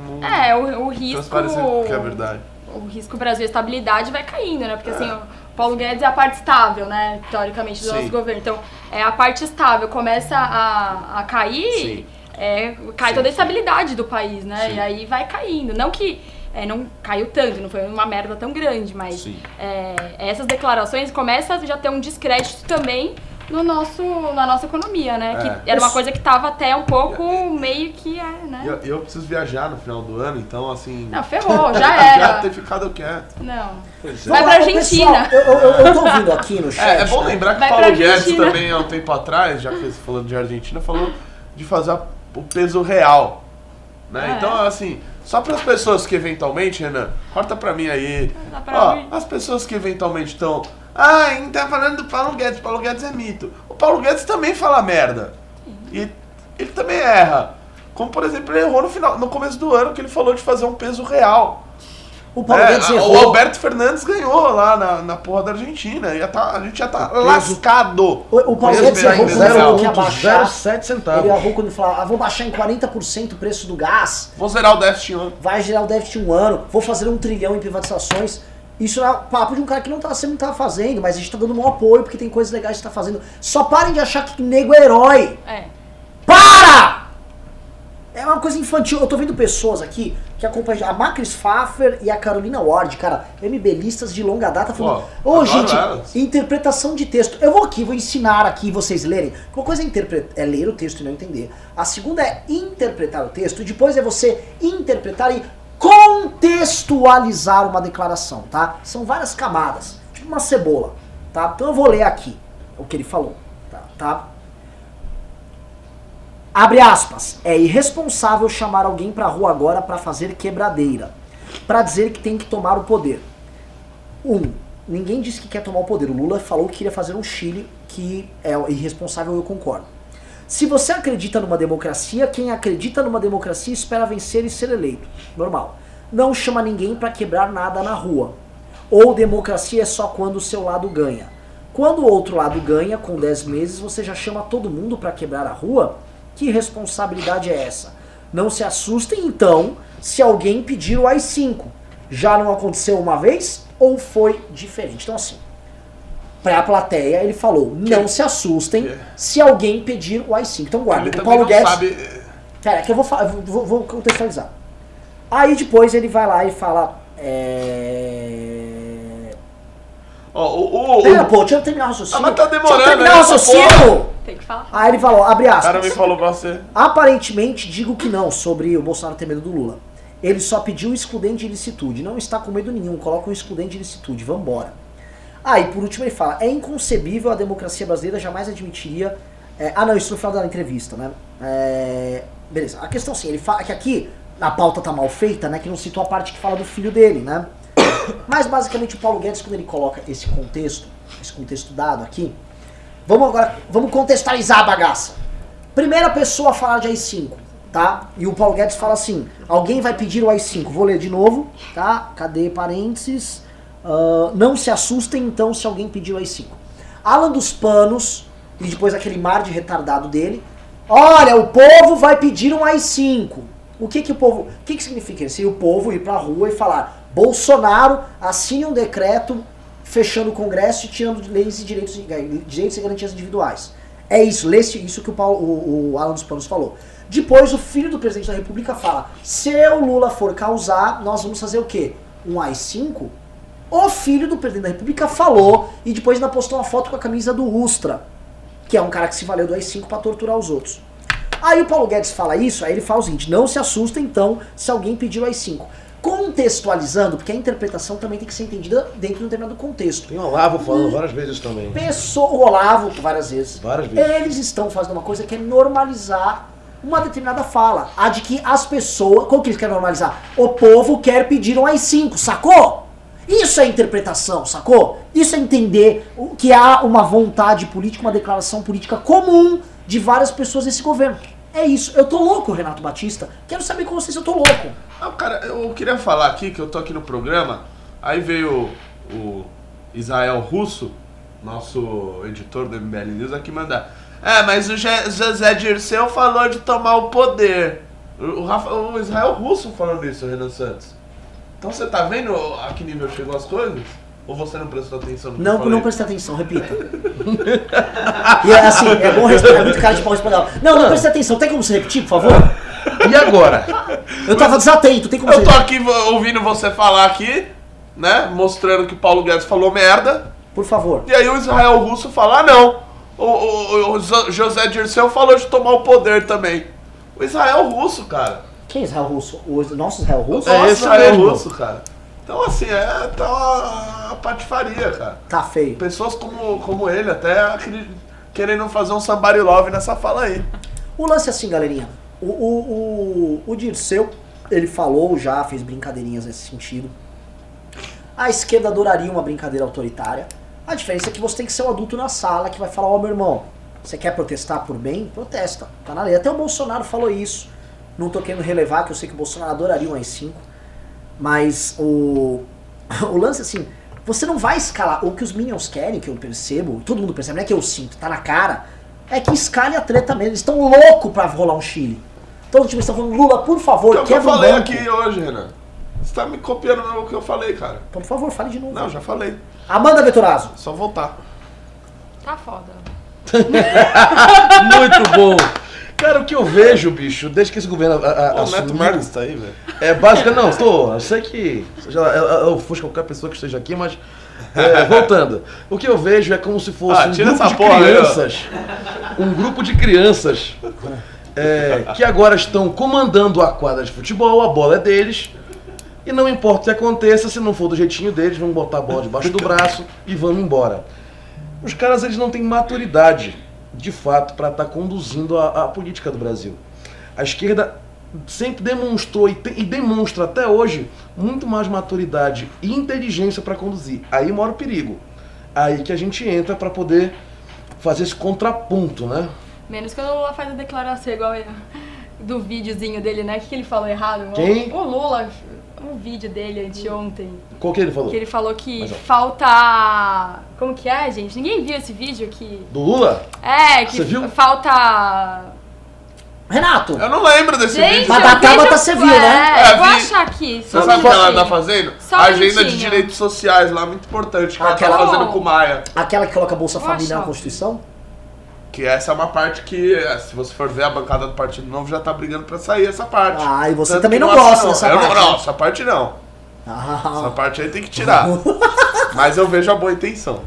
o risco... transparecendo que é verdade. O risco Brasil, a estabilidade vai caindo, né? Porque assim, o Paulo Guedes é a parte estável, né? Teoricamente, do nosso governo. Então, a parte estável começa a cair, cai toda a estabilidade do país, né? E aí vai caindo. Não que não caiu tanto, não foi uma merda tão grande, mas essas declarações começam a já ter um descrédito também na nossa economia, né? Que era uma coisa que tava até um pouco meio que, né? Eu preciso viajar no final do ano, então assim... Não, ferrou, já era. Já ter ficado quieto. Não. Vai pra Argentina. Pessoal, eu tô ouvindo aqui no chat. É bom lembrar que o Paulo Guedes também, há um tempo atrás, já que você falando de Argentina, falou de fazer o peso real, né? Então, assim... Só para as pessoas que eventualmente, Renan, corta pra mim aí. As pessoas que eventualmente estão... tá falando do Paulo Guedes é mito. O Paulo Guedes também fala merda. E ele também erra. Como, por exemplo, ele errou no começo do ano, que ele falou de fazer um peso real. O Paulo Guedes errou. O Alberto Fernandes ganhou lá na porra da Argentina. A gente já tá lascado. O Paulo Guedes errou quando ele falou que ia baixar. 0,7 centavos. Ele errou quando ele falou, vou baixar em 40% o preço do gás. Vou zerar o déficit em um ano. Vai gerar o déficit em um ano. Vou fazer 1 trilhão em privatizações. Isso é papo de um cara que não tá fazendo, mas a gente tá dando um apoio porque tem coisas legais que tá fazendo. Só parem de achar que nego é herói. Para! É uma coisa infantil. Eu tô vendo pessoas aqui que acompanham a Macris Pfaffer e a Carolina Ward, cara, MBListas de longa data, falando, gente, interpretação de texto. Eu vou ensinar aqui vocês lerem. Uma coisa é ler o texto e não entender. A segunda é interpretar o texto, e depois é você interpretar e contextualizar uma declaração, tá? São várias camadas, tipo uma cebola, tá? Então eu vou ler aqui o que ele falou, tá? Abre aspas, é irresponsável chamar alguém pra rua agora pra fazer quebradeira, pra dizer que tem que tomar o poder. Ninguém disse que quer tomar o poder, o Lula falou que queria fazer um Chile, que é irresponsável, eu concordo. Se você acredita numa democracia, quem acredita numa democracia espera vencer e ser eleito. Normal. Não chama ninguém pra quebrar nada na rua. Ou democracia é só quando o seu lado ganha. Quando o outro lado ganha, com 10 meses, você já chama todo mundo pra quebrar a rua? Que responsabilidade é essa? Não se assustem, então, se alguém pedir o AI-5. Já não aconteceu uma vez? Ou foi diferente? Então, assim, pra plateia, ele falou, não se assustem se alguém pedir o AI-5. Então, guarda. O Paulo Guedes... Pera, que eu vou contextualizar. Aí, depois, ele vai lá e fala... Pera, pô, deixa eu terminar o raciocínio. Mas tá demorando, deixa eu terminar o raciocínio. Tem que falar. Aí ele falou, abre aspas. O cara me falou pra você. Aparentemente, digo que não, sobre o Bolsonaro ter medo do Lula. Ele só pediu excludente de ilicitude. Não está com medo nenhum, coloca um excludente de ilicitude, vambora. Aí, por último, ele fala, é inconcebível, a democracia brasileira jamais admitiria... não, isso no final da entrevista, né? Beleza, a questão sim, ele fala que aqui, a pauta tá mal feita, né? Que não citou a parte que fala do filho dele, né? Mas, basicamente, o Paulo Guedes, quando ele coloca esse contexto dado aqui, vamos contextualizar a bagaça. Primeira pessoa a falar de AI-5, tá? E o Paulo Guedes fala assim, alguém vai pedir o AI-5, vou ler de novo, tá? Cadê parênteses? Não se assustem, então, se alguém pedir o AI-5. Alan dos Panos, e depois aquele mar de retardado dele, olha, o povo vai pedir um AI-5. O que significa? Se o povo ir pra rua e falar, Bolsonaro assine um decreto fechando o Congresso e tirando leis e direitos e garantias individuais. É isso, lê isso que o Alan dos Panos falou. Depois o filho do presidente da República fala, se o Lula for causar, nós vamos fazer o quê? Um AI-5? O filho do presidente da República falou e depois ainda postou uma foto com a camisa do Ustra. que é um cara que se valeu do AI-5 pra torturar os outros. Aí o Paulo Guedes fala isso, aí ele fala o seguinte, não se assusta então se alguém pedir o AI-5. Contextualizando, porque a interpretação também tem que ser entendida dentro de um determinado contexto. Tem o Olavo falando várias vezes isso também. O Olavo, várias vezes. Várias vezes. Eles estão fazendo uma coisa que é normalizar uma determinada fala. A de que as pessoas... Como que eles querem normalizar? O povo quer pedir um AI-5, sacou? Isso é interpretação, sacou? Isso é entender que há uma vontade política, uma declaração política comum de várias pessoas nesse governo. É isso. Eu tô louco, Renato Batista. Quero saber com vocês se eu tô louco. Não, cara, eu queria falar aqui, que eu tô aqui no programa, aí veio o Israel Russo, nosso editor do MBL News, aqui mandar. Mas o José Dirceu falou de tomar o poder. O Israel Russo falando isso, Renan Santos. Então você tá vendo a que nível chegou as coisas? Ou você não prestou atenção no que eu falei? Não prestei atenção, repita. E assim, é bom responder, é muito cara de pau responder. Não prestei atenção, tem como você repetir, por favor? E agora? Eu tava desatento, tem como Eu você tô aqui ouvindo você falar aqui, né? Mostrando que o Paulo Guedes falou merda. Por favor. E aí o Israel Russo fala, não. O José Dirceu falou de tomar o poder também. O Israel Russo, cara. Quem é Israel Russo? O nosso Israel Russo? Nossa, esse Israel mesmo. Russo, cara. Então assim, tá uma patifaria, cara. Tá feio. Pessoas como ele até querendo fazer um somebody love nessa fala aí. O lance é assim, galerinha. O Dirceu, ele falou já, fez brincadeirinhas nesse sentido. A esquerda adoraria uma brincadeira autoritária. A diferença é que você tem que ser um adulto na sala que vai falar, ó, meu irmão, você quer protestar por bem? Protesta. Tá na lei. Até o Bolsonaro falou isso. Não tô querendo relevar, que eu sei que o Bolsonaro adoraria um AI-5. Mas o lance assim, você não vai escalar. O que os Minions querem, que eu percebo, todo mundo percebe, não é que eu sinto, tá na cara, é que escale a treta mesmo. Eles estão loucos pra rolar um Chile. Então, tipo, eles estão falando, Lula, por favor, Então, o que eu quebra o falei banco. aqui hoje, Renan. Você tá me copiando o que eu falei, cara. Então, por favor, fale de novo. Não, já falei. Amanda Vettorazzo. Só voltar. Tá foda. Muito bom. Cara, o que eu vejo, bicho, desde que esse governo O Neto assumiu, Marques tá aí, velho. é basicamente, eu sei que eu ofusco qualquer pessoa que esteja aqui, mas voltando, o que eu vejo é como se fosse tira um grupo essa de porra aí, ó. crianças, um grupo de crianças que agora estão comandando a quadra de futebol, a bola é deles, e não importa o que aconteça, se não for do jeitinho deles, vão botar a bola debaixo do braço e vamos embora. Os caras, eles não têm maturidade, de fato, para estar conduzindo a política do Brasil. A esquerda sempre demonstrou e demonstra até hoje muito mais maturidade e inteligência para conduzir. Aí mora o perigo. Aí que a gente entra para poder fazer esse contraponto, né? Menos quando o Lula faz a declaração igual do videozinho dele, né? O que ele falou errado? Quem? O Lula, um vídeo dele anteontem. Qual que ele falou? Que ele falou que Mas, ó. falta... Como que é, gente? Ninguém viu esse vídeo que... Do Lula? Que Você viu? falta... Renato. Eu não lembro desse Gente, vídeo. Mas o da vídeo- Tabata você viu, né? Eu vou vi. achar aqui. Você só um sabe o que ela minutinho. tá fazendo? Só um A agenda de minutinho. direitos sociais lá, muito importante, que ela Aquela- tá fazendo com o Maia. Aquela que coloca a Bolsa Vou Família na achar. Constituição? Que essa é uma parte que, se você for ver a bancada do Partido Novo, já tá brigando pra sair essa parte. Ah, e você Tanto também que não acho, gosta dessa eu parte, Não, né? essa parte não. Ah, Essa parte aí tem que tirar. Mas eu vejo a boa intenção.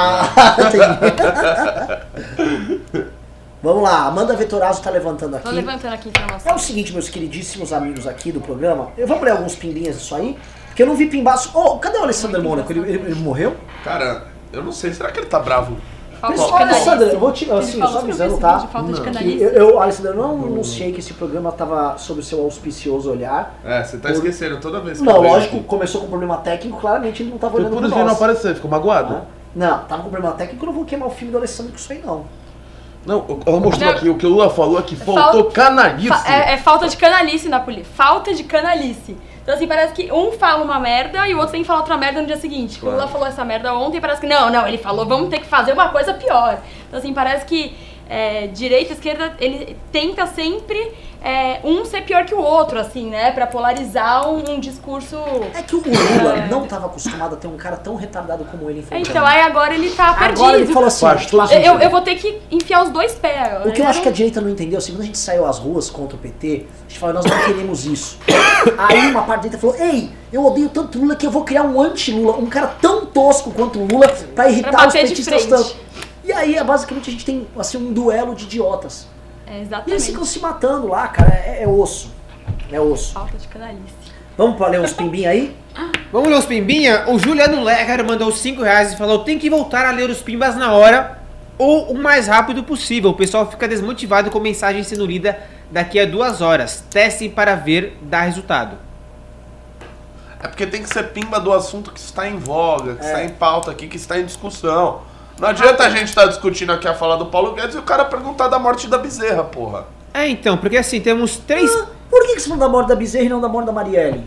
entendi. Vamos lá, Amanda Vettorazzo tá levantando Tô aqui. levantando aqui a informação. É o seguinte, meus queridíssimos amigos aqui do programa. Vamos ler alguns pimbinhas disso aí? Porque eu não vi pimbaço. Oh, cadê o Alessandro Mônaco? Ele morreu? Cara, eu não sei, será que ele tá bravo? Falta Mas, de olha, canalice. Alessandro, eu vou te. Ele Assim, falou só que eu vi avisando, esse tá? vídeo, falta de Que canalice. Alessandro, eu não anunciei que esse programa tava sob o seu auspicioso olhar. Você tá esquecendo toda vez que Não, eu vejo lógico, aqui. começou com problema técnico, claramente ele não tava Foi olhando por pro isso que ele não nós. apareceu, ficou magoado? Não, tava com problema técnico, eu não vou queimar o filme do Alessandro com isso aí, não. Não, ela mostrou Não. aqui, o que o Lula falou é que faltou canalice. É falta de canalice na polícia. Falta de canalice. Então, assim, parece que um fala uma merda e o outro tem que falar outra merda no dia seguinte. Claro. O Lula falou essa merda ontem e parece que não, ele falou, vamos ter que fazer uma coisa pior. Então, assim, parece que direita e esquerda, ele tenta sempre um ser pior que o outro, assim, né? Pra polarizar um discurso... É que o Lula não tava acostumado a ter um cara tão retardado como ele enfrentando. Então, aí agora ele tá perdido. Agora ele falou assim, Faz todo tipo, Eu vou ter que enfiar os dois pés. o que eu acho que a direita não entendeu, assim, quando a gente saiu às ruas contra o PT, a gente falou, nós não queremos isso. Aí uma parte da direita falou, ei, eu odeio tanto Lula que eu vou criar um anti-Lula, um cara tão tosco quanto o Lula pra irritar Pra os bater de petistas frente. tanto. E aí, basicamente, a gente tem assim, um duelo de idiotas. É, E exatamente. eles ficam se matando lá, cara. É osso. É osso. Falta de canalice. Vamos pra ler uns pimbinhos aí? Vamos ler os pimbinha? O Juliano Leger mandou 5 reais e falou: tem que voltar a ler os pimbas na hora ou o mais rápido possível. O pessoal fica desmotivado com mensagem sendo lida daqui a 2 horas. Testem para ver dar resultado. É porque tem que ser pimba do assunto que está em voga, que está em pauta aqui, que está em discussão. Não adianta a gente estar discutindo aqui a fala do Paulo Guedes e o cara perguntar da morte da Bezerra, porra. É, então, porque assim, temos 3... Por que você não dá morte da Bezerra e não da morte da Marielle?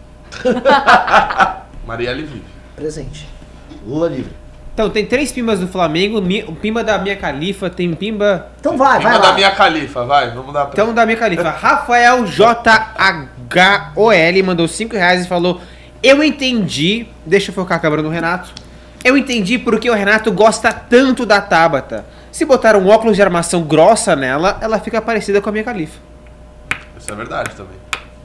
Marielle vive. Presente. Lula livre. Então, tem 3 pimbas do Flamengo, o pimba da Mia Khalifa, tem pimba... Então vai Pimba lá. da minha califa, vai, vamos dar pra... Então, da Mia Khalifa. Rafael JHOL mandou 5 reais e falou: eu entendi, deixa eu focar a câmera no Renato. Eu entendi porque o Renato gosta tanto da Tabata. Se botar um óculos de armação grossa nela, ela fica parecida com a Mia Khalifa. Isso é verdade também.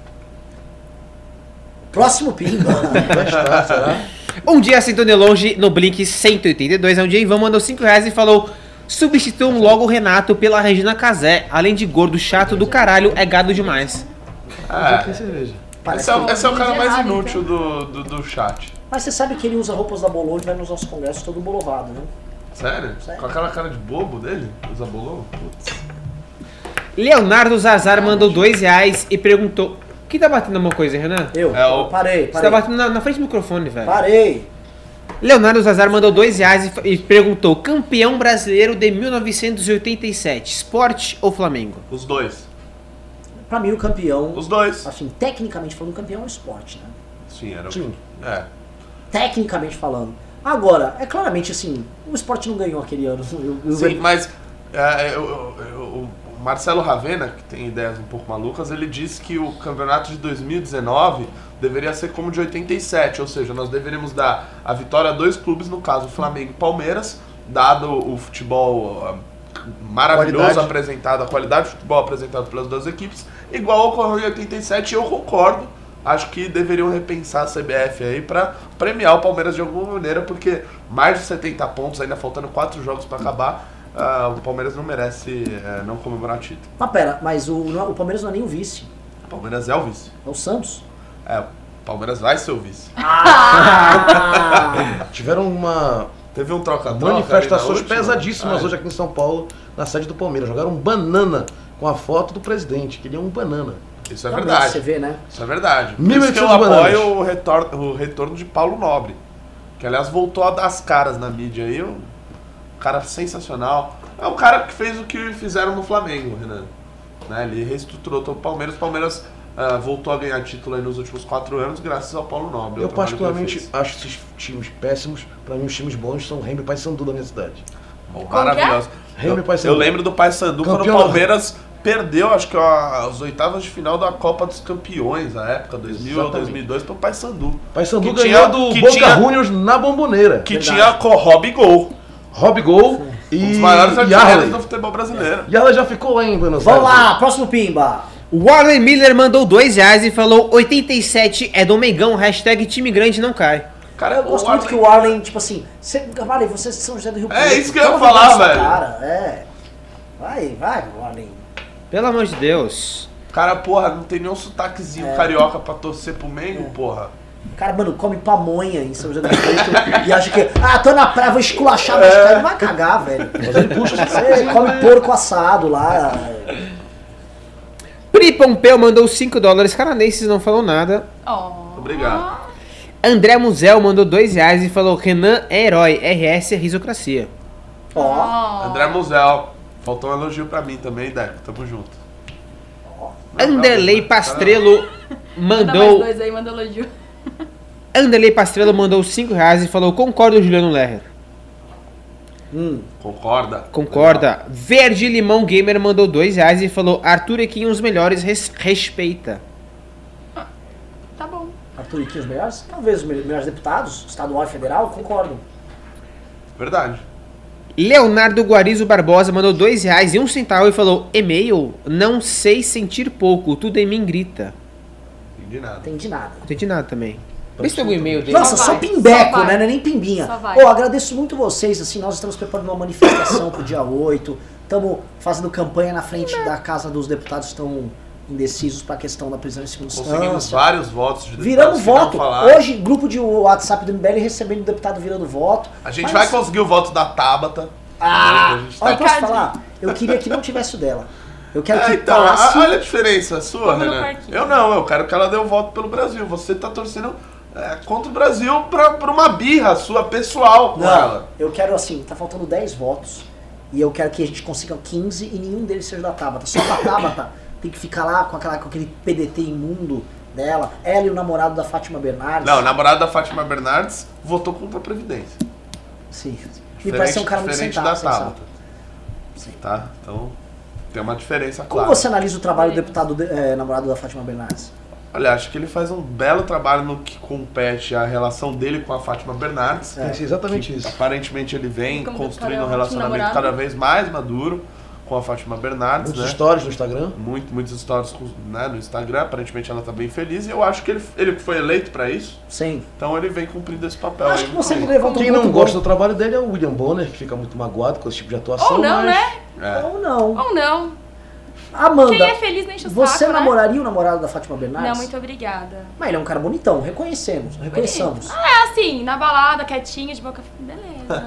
Próximo pimba. Um dia sentou de longe no Blink 182, é um dia Ivan mandou 5 reais e falou: substituam logo o Renato pela Regina Casé. Além de gordo chato do caralho, é gado demais. Tem cerveja. Parece Esse é o cara mais errado, inútil do chat. Mas você sabe que ele usa roupas da Bolô e vai nos nossos congressos todo bolovado, né? Sério? Sério. Com aquela cara de bobo dele? Usa bolão? Putz. Leonardo Zazar mandou 2 reais e perguntou: quem tá batendo alguma coisa, Renan? Eu. É o- Parei. Você tá batendo na frente do microfone, velho. Parei. Leonardo Zazar mandou 2 reais e perguntou: campeão brasileiro de 1987, Sport ou Flamengo? Os dois. Pra mim, o campeão, Os dois. assim, tecnicamente falando, o campeão é o esporte, né? Sim, era o... Sim. É. Tecnicamente falando. Agora, é claramente assim, o esporte não ganhou aquele ano. Sim, mas o Marcelo Ravena, que tem ideias um pouco malucas, ele disse que o campeonato de 2019 deveria ser como o de 87, ou seja, nós deveríamos dar a vitória a 2 clubes, no caso Flamengo e Palmeiras, dado o futebol maravilhoso Qualidade. apresentado, a qualidade do futebol apresentado pelas 2 equipes, igual ocorreu em 87, e eu concordo. Acho que deveriam repensar a CBF aí pra premiar o Palmeiras de alguma maneira, porque mais de 70 pontos, ainda faltando 4 jogos pra acabar, o Palmeiras não merece não comemorar título. Mas pera, mas o Palmeiras não é nem o vice, O Palmeiras é o vice. é o Santos. O Palmeiras vai ser o vice. Tiveram Teve um troca-troca. manifestações ali na última. pesadíssimas hoje aqui em São Paulo, na sede do Palmeiras. Jogaram banana com a foto do presidente, que ele é um banana. Isso é Realmente, verdade. Você vê, né? Isso é verdade. Por 1.800 isso que eu bananas. apoio o retorno de Paulo Nobre. Que, aliás, voltou a dar as caras na mídia aí. Um cara sensacional. É o cara que fez o que fizeram no Flamengo, Renan. Né? Ele reestruturou todo o Palmeiras. O Palmeiras voltou a ganhar título aí nos últimos 4 anos graças ao Paulo Nobre. Eu O trabalho que ele particularmente fez. acho esses times péssimos. Pra mim os times bons são Remo e Paysandu da minha cidade. Bom, Como maravilhoso. Remo e Eu Paysandu. lembro do Paysandu quando o Campeão. Palmeiras perdeu, acho que as oitavas de final da Copa dos Campeões, na época, 2000 ou Exatamente. 2002, pro Paysandu. Paysandu Que ganhou tinha- do que Boca tinha- Juniors na Bomboneira. Que Verdade. tinha com Rob Gol, Rob Gol um e dos maiores artilheiros Yarley. do futebol brasileiro. Yarley já ficou lá em Buenos Vamos Aires. lá, próximo pimba. O Warren Miller mandou 2 reais e falou: 87 é do Mengão, hashtag time grande não cai. Cara, Eu gosto o muito que o Arlen, tipo assim, Arlen, vocês são José do Rio É isso que eu ia toma falar, vergonha na sua velho. Cara. É. Vai, Arlen. Pelo amor de Deus. cara, porra, não tem nenhum sotaquezinho carioca pra torcer pro Mengo, porra. O cara, mano, come pamonha em São José do Rio Preto e acha que, tô na praia, vou esculachar, mas cara, ele vai cagar, velho. Mas ele puxa Você come porco assado lá. Pri Pompeu mandou 5 dólares canadenses, não falou nada. Oh. Obrigado. André Muzel mandou 2 reais e falou: Renan é herói, RS é risocracia. Ó, André Musel. Faltou um elogio pra mim também, Deco. Tamo junto. Anderley Pastrello Manda mais mandou. 2 aí, manda elogio. Anderley Pastrello mandou 5 reais e falou: concordo, Juliano Lerner. Concorda? Concorda. Verde Limão Gamer mandou 2 reais e falou: Arthur Equinho, os melhores, respeita. Tá bom. Arthur Iquinho, os melhores? Talvez os melhores deputados, estadual e federal, concordo. Verdade. Leonardo Guarizo Barbosa mandou 2 reais e 1 centavo e falou: e-mail, não sei sentir pouco, tudo em mim grita. Entendi nada. Entendi nada. Não entendi nada também. Vê se tem algum e-mail dele. Nossa, Só só vai, pimbeco, só vai. né? Não é nem pimbinha. Só vai. Pô, agradeço muito vocês, assim, nós estamos preparando uma manifestação pro dia 8, estamos fazendo campanha na frente da Casa dos Deputados que estão indecisos para a questão da prisão em segunda Conseguimos instância. vários votos de Viramos deputados que não voto. falaram. Hoje, grupo de WhatsApp do MBL recebendo o deputado virando voto. A gente Mas- vai conseguir o voto da Tabata. Ah, A gente tá- olha, posso Ricardinho. falar? Eu queria que não tivesse o dela. Eu quero que Então, passe... olha a diferença sua, Vamos no Renan. parquinho. Eu não, eu quero que ela dê o voto pelo Brasil. Você tá torcendo contra o Brasil pra uma birra sua pessoal com Não, ela. eu quero assim, tá faltando 10 votos e eu quero que a gente consiga 15 e nenhum deles seja da Tabata. Só que a Tabata tem que ficar lá com aquele PDT imundo dela, ela e o namorado da Fátima Bernardes. Não, o namorado da Fátima Bernardes votou contra a Previdência. Sim. Me parece um cara muito diferente sensato. da Tabata. Tá? Então, tem uma diferença Como clara. você analisa o trabalho do deputado namorado da Fátima Bernardes? Olha, acho que ele faz um belo trabalho no que compete a relação dele com a Fátima Bernardes. É exatamente Que isso. Aparentemente ele vem Como construindo cada um relacionamento namorado. cada vez mais maduro com a Fátima Bernardes, Muitos né? stories no Instagram. Muitos stories no Instagram, aparentemente ela tá bem feliz e eu acho que ele foi eleito pra isso, Sim. então ele vem cumprindo esse papel. Acho aí que você muito que bem. levantou Quem um não ponto gosta bom. do trabalho dele é o William Bonner, que fica muito magoado com esse tipo de atuação. Ou não, mas... né? É. Ou não. Ou não. Amanda, Quem é feliz não enche o você saco, né? namoraria o namorado da Fátima Bernardes? Não, muito obrigada. Mas ele é um cara bonitão, reconheçamos. É assim, na balada, quietinho, de boca... Beleza.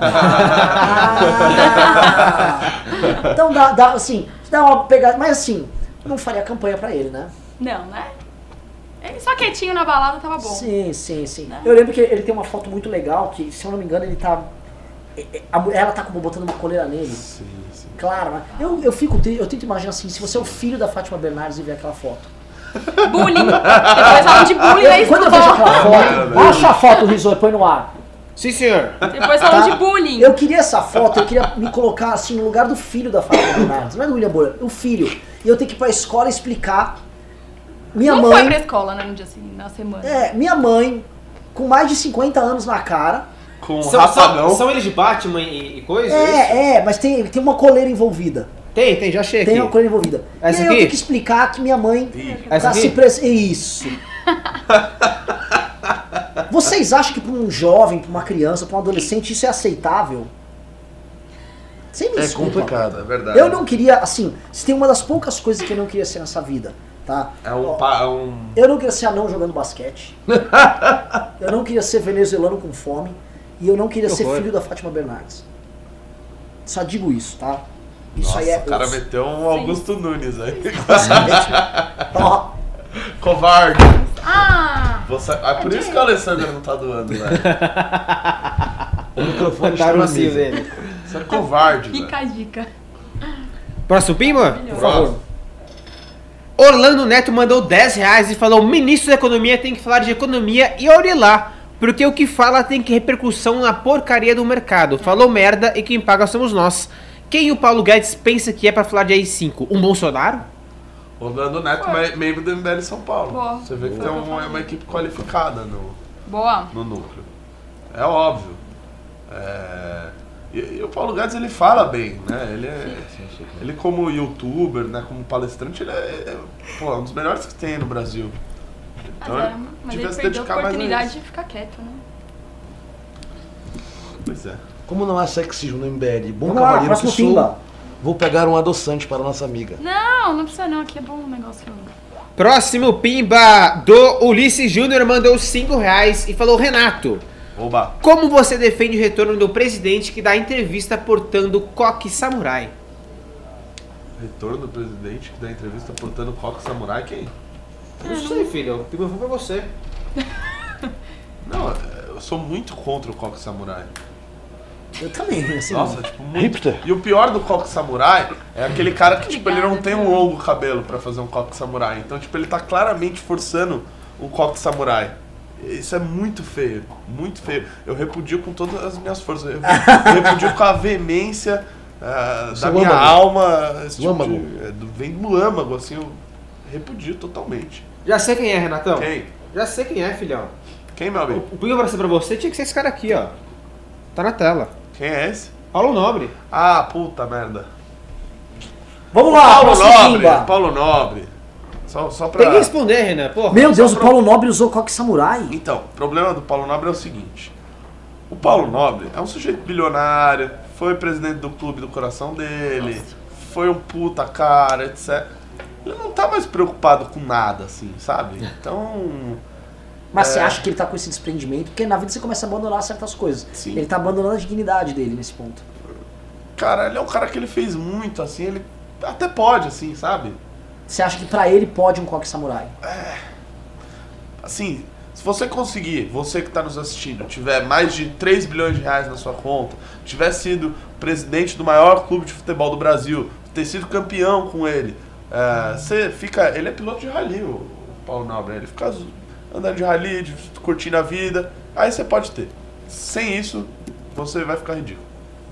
Ah, então dá uma pegada, mas assim, não faria campanha pra ele, né? Não, né? Ele só quietinho na balada tava bom. Sim. Né? Eu lembro que ele tem uma foto muito legal, que se eu não me engano ele tá... Ela tá como botando uma coleira nele. Sim. Claro, mas eu tento imaginar assim, se você é o filho da Fátima Bernardes e ver aquela foto. Bullying. Depois falam de bullying na Quando eu vejo escola. aquela foto, acha a foto, Rizzo, e põe no ar. Sim, senhor. Depois falam de bullying. Eu queria essa foto, eu queria me colocar assim no lugar do filho da Fátima Bernardes, não é do William Bonner, o filho. E eu tenho que ir pra escola explicar. Minha Não mãe. foi pra escola, né, no dia assim, na semana. Minha mãe, com mais de 50 anos na cara. Com um rapagão. São eles de Batman e coisa? é isso? Mas tem uma coleira envolvida. Tem, já achei Tem aqui. uma coleira envolvida. Essa e aí eu aqui? tenho que explicar que minha mãe Essa tá aqui? Isso. Vocês acham que pra um jovem, pra uma criança, pra um adolescente, isso é aceitável? Você me É desculpa. complicado. É verdade. Eu não queria, assim, se tem uma das poucas coisas que eu não queria ser nessa vida, tá? Eu não queria ser anão jogando basquete. Eu não queria ser venezuelano com fome. E eu não queria Que ser horror. filho da Fátima Bernardes. Só digo isso, tá? Isso Nossa, aí é... o cara meteu um Augusto Nunes aí. Ó, Covarde. Ah! Por isso que o Alessandro não tá doando, velho. O microfone está na Tarozinho mesa. dele. Você é covarde, velho. Fica a dica. Próximo pimba? Melhor. Por favor. Orlando Neto mandou R$10 e falou: o ministro da Economia tem que falar de economia e olhe lá, porque o que fala tem que repercussão na porcaria do mercado. Falou merda e quem paga somos nós. Quem o Paulo Guedes pensa que é pra falar de AI-5? Um Bolsonaro? Orlando Neto, membro do MBL São Paulo. Boa. Você vê que tem uma equipe qualificada Boa. no núcleo. É óbvio. E o Paulo Guedes, ele fala bem, né? Ele como youtuber, né, como palestrante, ele é um dos melhores que tem no Brasil. Então Mas devia ele se perdeu a dedicar mais a oportunidade isso. de ficar quieto, né? Pois é. Como não há sexismo no MBL, bom vamos lá, cavaleiro que próximo sou, pimba. vou pegar um adoçante para nossa amiga. Não precisa não. Aqui é bom o negócio. Próximo pimba do Ulisses Júnior mandou R$5 e falou: Renato, Oba. como você defende o retorno do presidente que dá entrevista portando coque samurai? Retorno do presidente que dá entrevista portando coque samurai, quem? Não sei, filho. O pimba foi pra você. Não, eu sou muito contra o coque samurai. Eu também, assim. Nossa, tipo, muito. Hipster. E o pior do coque samurai é aquele cara que, tipo, ele não tem um longo cabelo pra fazer um coque samurai. Então, tipo, ele tá claramente forçando um coque samurai. Isso é muito feio, muito feio. Eu repudio com todas as minhas forças. Eu repudio com a veemência da minha âmago. alma. Esse tipo Âmago. vem do âmago, assim, eu repudio totalmente. Já sei quem é, Renatão. Quem? Já sei quem é, filhão. Quem, meu amigo? O pimba pra ser pra você tinha que ser esse cara aqui, ó. Tá na tela. Quem é esse? Paulo Nobre. Ah, puta merda. Vamos lá, Paulo próximo Nobre, pimba. Paulo Nobre. Só pra... Tem que responder, Renan, porra. Meu Deus, o Paulo Nobre usou coque samurai. Então, o problema do Paulo Nobre é o seguinte. O Paulo Nobre é um sujeito bilionário, foi presidente do clube do coração dele, foi um puta cara, etc. Ele não tá mais preocupado com nada, assim, sabe? Então... Mas você acha que ele tá com esse desprendimento? Porque na vida você começa a abandonar certas coisas. Sim. Ele tá abandonando a dignidade dele nesse ponto. Cara, ele é um cara que ele fez muito, assim, ele até pode, assim, sabe? Você acha que pra ele pode um coque samurai? Assim, se você conseguir, você que está nos assistindo, tiver mais de 3 bilhões de reais na sua conta, tiver sido presidente do maior clube de futebol do Brasil, ter sido campeão com ele, você fica... Ele é piloto de rally, o Paulo Nobre, ele fica andando de rally, curtindo a vida, aí você pode ter. Sem isso, você vai ficar ridículo.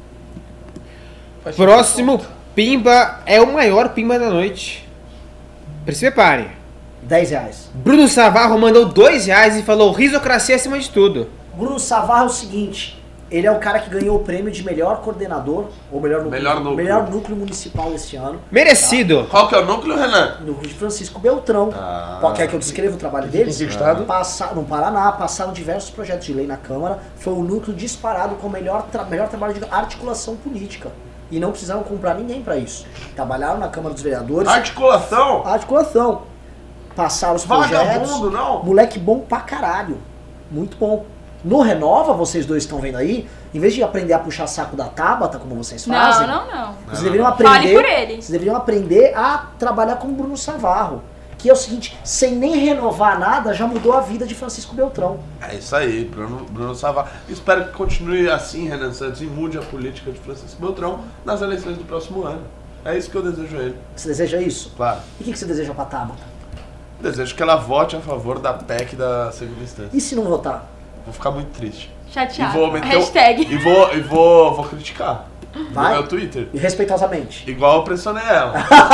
Próximo Pimba é o maior Pimba da noite. Se prepare. R$10. Bruno Savarro mandou R$2 e falou risocracia acima de tudo. Bruno Savarro é o seguinte, ele é o cara que ganhou o prêmio de melhor coordenador, ou melhor núcleo municipal esse ano. Merecido. Qual que é o núcleo, Renan? Núcleo de Francisco Beltrão. Quer que eu descreva o trabalho deles? No Paraná, passaram diversos projetos de lei na Câmara, foi o núcleo disparado com o melhor trabalho de articulação política. E não precisaram comprar ninguém pra isso. Trabalharam na Câmara dos Vereadores. Articulação? Articulação. Passaram os projetos. Vagabundo, não? Moleque bom pra caralho. Muito bom. No Renova, vocês dois estão vendo aí, em vez de aprender a puxar saco da Tabata, como vocês fazem, Não. vocês deveriam Fale aprender. por ele. Vocês deveriam aprender a trabalhar com o Bruno Savarro. Que é o seguinte, sem nem renovar nada, já mudou a vida de Francisco Beltrão. É isso aí, Bruno Savarro. Espero que continue assim, Renan Santos, e mude a política de Francisco Beltrão nas eleições do próximo ano. É isso que eu desejo a ele. Você deseja isso? Claro. E o que você deseja pra Tabata? Desejo que ela vote a favor da PEC da segunda instância. E se não votar? Vou ficar muito triste. Chateado. E vou meter Hashtag. vou criticar. Vai? No meu Twitter. E respeitosamente. Igual eu pressionei ela.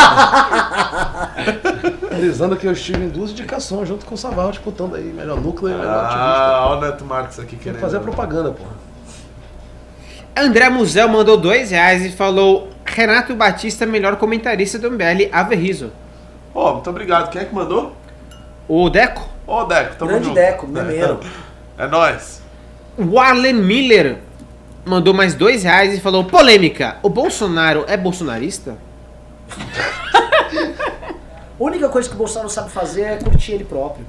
Realizando que eu estive em 2 indicações junto com o Savarro, disputando aí melhor núcleo e melhor ativista. Olha o Neto Marques aqui Tem querendo. que fazer a propaganda, porra. André Muzel mandou R$2 e falou Renato Batista, melhor comentarista do MBL, Ave Riso. Muito obrigado. Quem é que mandou? O Deco. Deco, tamo Grande junto. Deco, memeiro. É nóis. O Arlen Miller mandou mais R$2 e falou polêmica, o Bolsonaro é bolsonarista? A única coisa que o Bolsonaro sabe fazer é curtir ele próprio.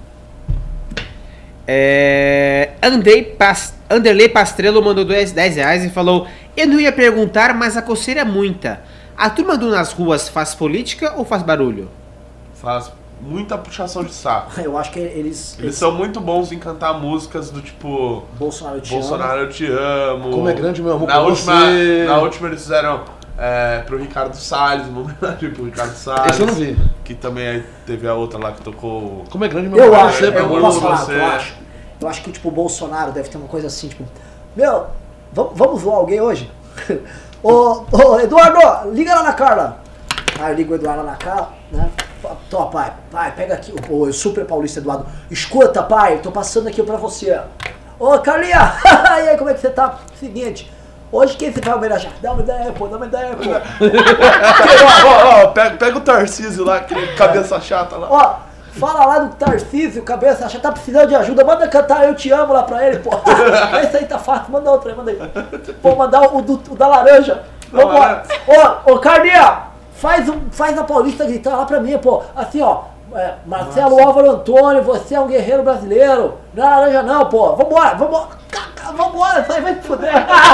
Anderley Pastrello mandou R$10 e falou eu não ia perguntar, mas a coceira é muita. A turma do Nas Ruas faz política ou faz barulho? Faz muita puxação de saco. Eu acho que eles São muito bons em cantar músicas do tipo Bolsonaro te Bolsonaro eu te amo. Como é grande meu amor na por última, você. Na última eles fizeram pro Ricardo Salles, uma homenagem pro Ricardo Salles. Esse eu não vi. Que também aí teve a outra lá que tocou. Como é grande meu Eu amor acho, por você, eu meu posso amor. falar, eu acho que tipo, o Bolsonaro deve ter uma coisa assim, tipo, meu, vamos zoar alguém hoje? ô Eduardo, liga lá na Carla. Aí eu ligo o Eduardo lá na Carla, né? Tô, pai, pega aqui, o super paulista Eduardo. Escuta, pai, tô passando aqui pra você. Ô, Carlinha, e aí, como é que você tá? Seguinte, hoje quem você vai homenagear? Dá uma ideia, pô. Pega o Tarcísio lá, aquele cabeça chata lá. Ó, fala lá do Tarcísio, cabeça, já tá precisando de ajuda, manda cantar Eu Te Amo lá pra ele, pô. Esse aí tá fácil, manda outro aí, manda aí. Vou mandar o da laranja. Vambora. Ô, Carlinha, faz a Paulista gritar lá pra mim, pô. Assim, ó, Marcelo Álvaro Antônio, você é um guerreiro brasileiro. Não é laranja não, pô. Vambora, isso aí vai te fuder.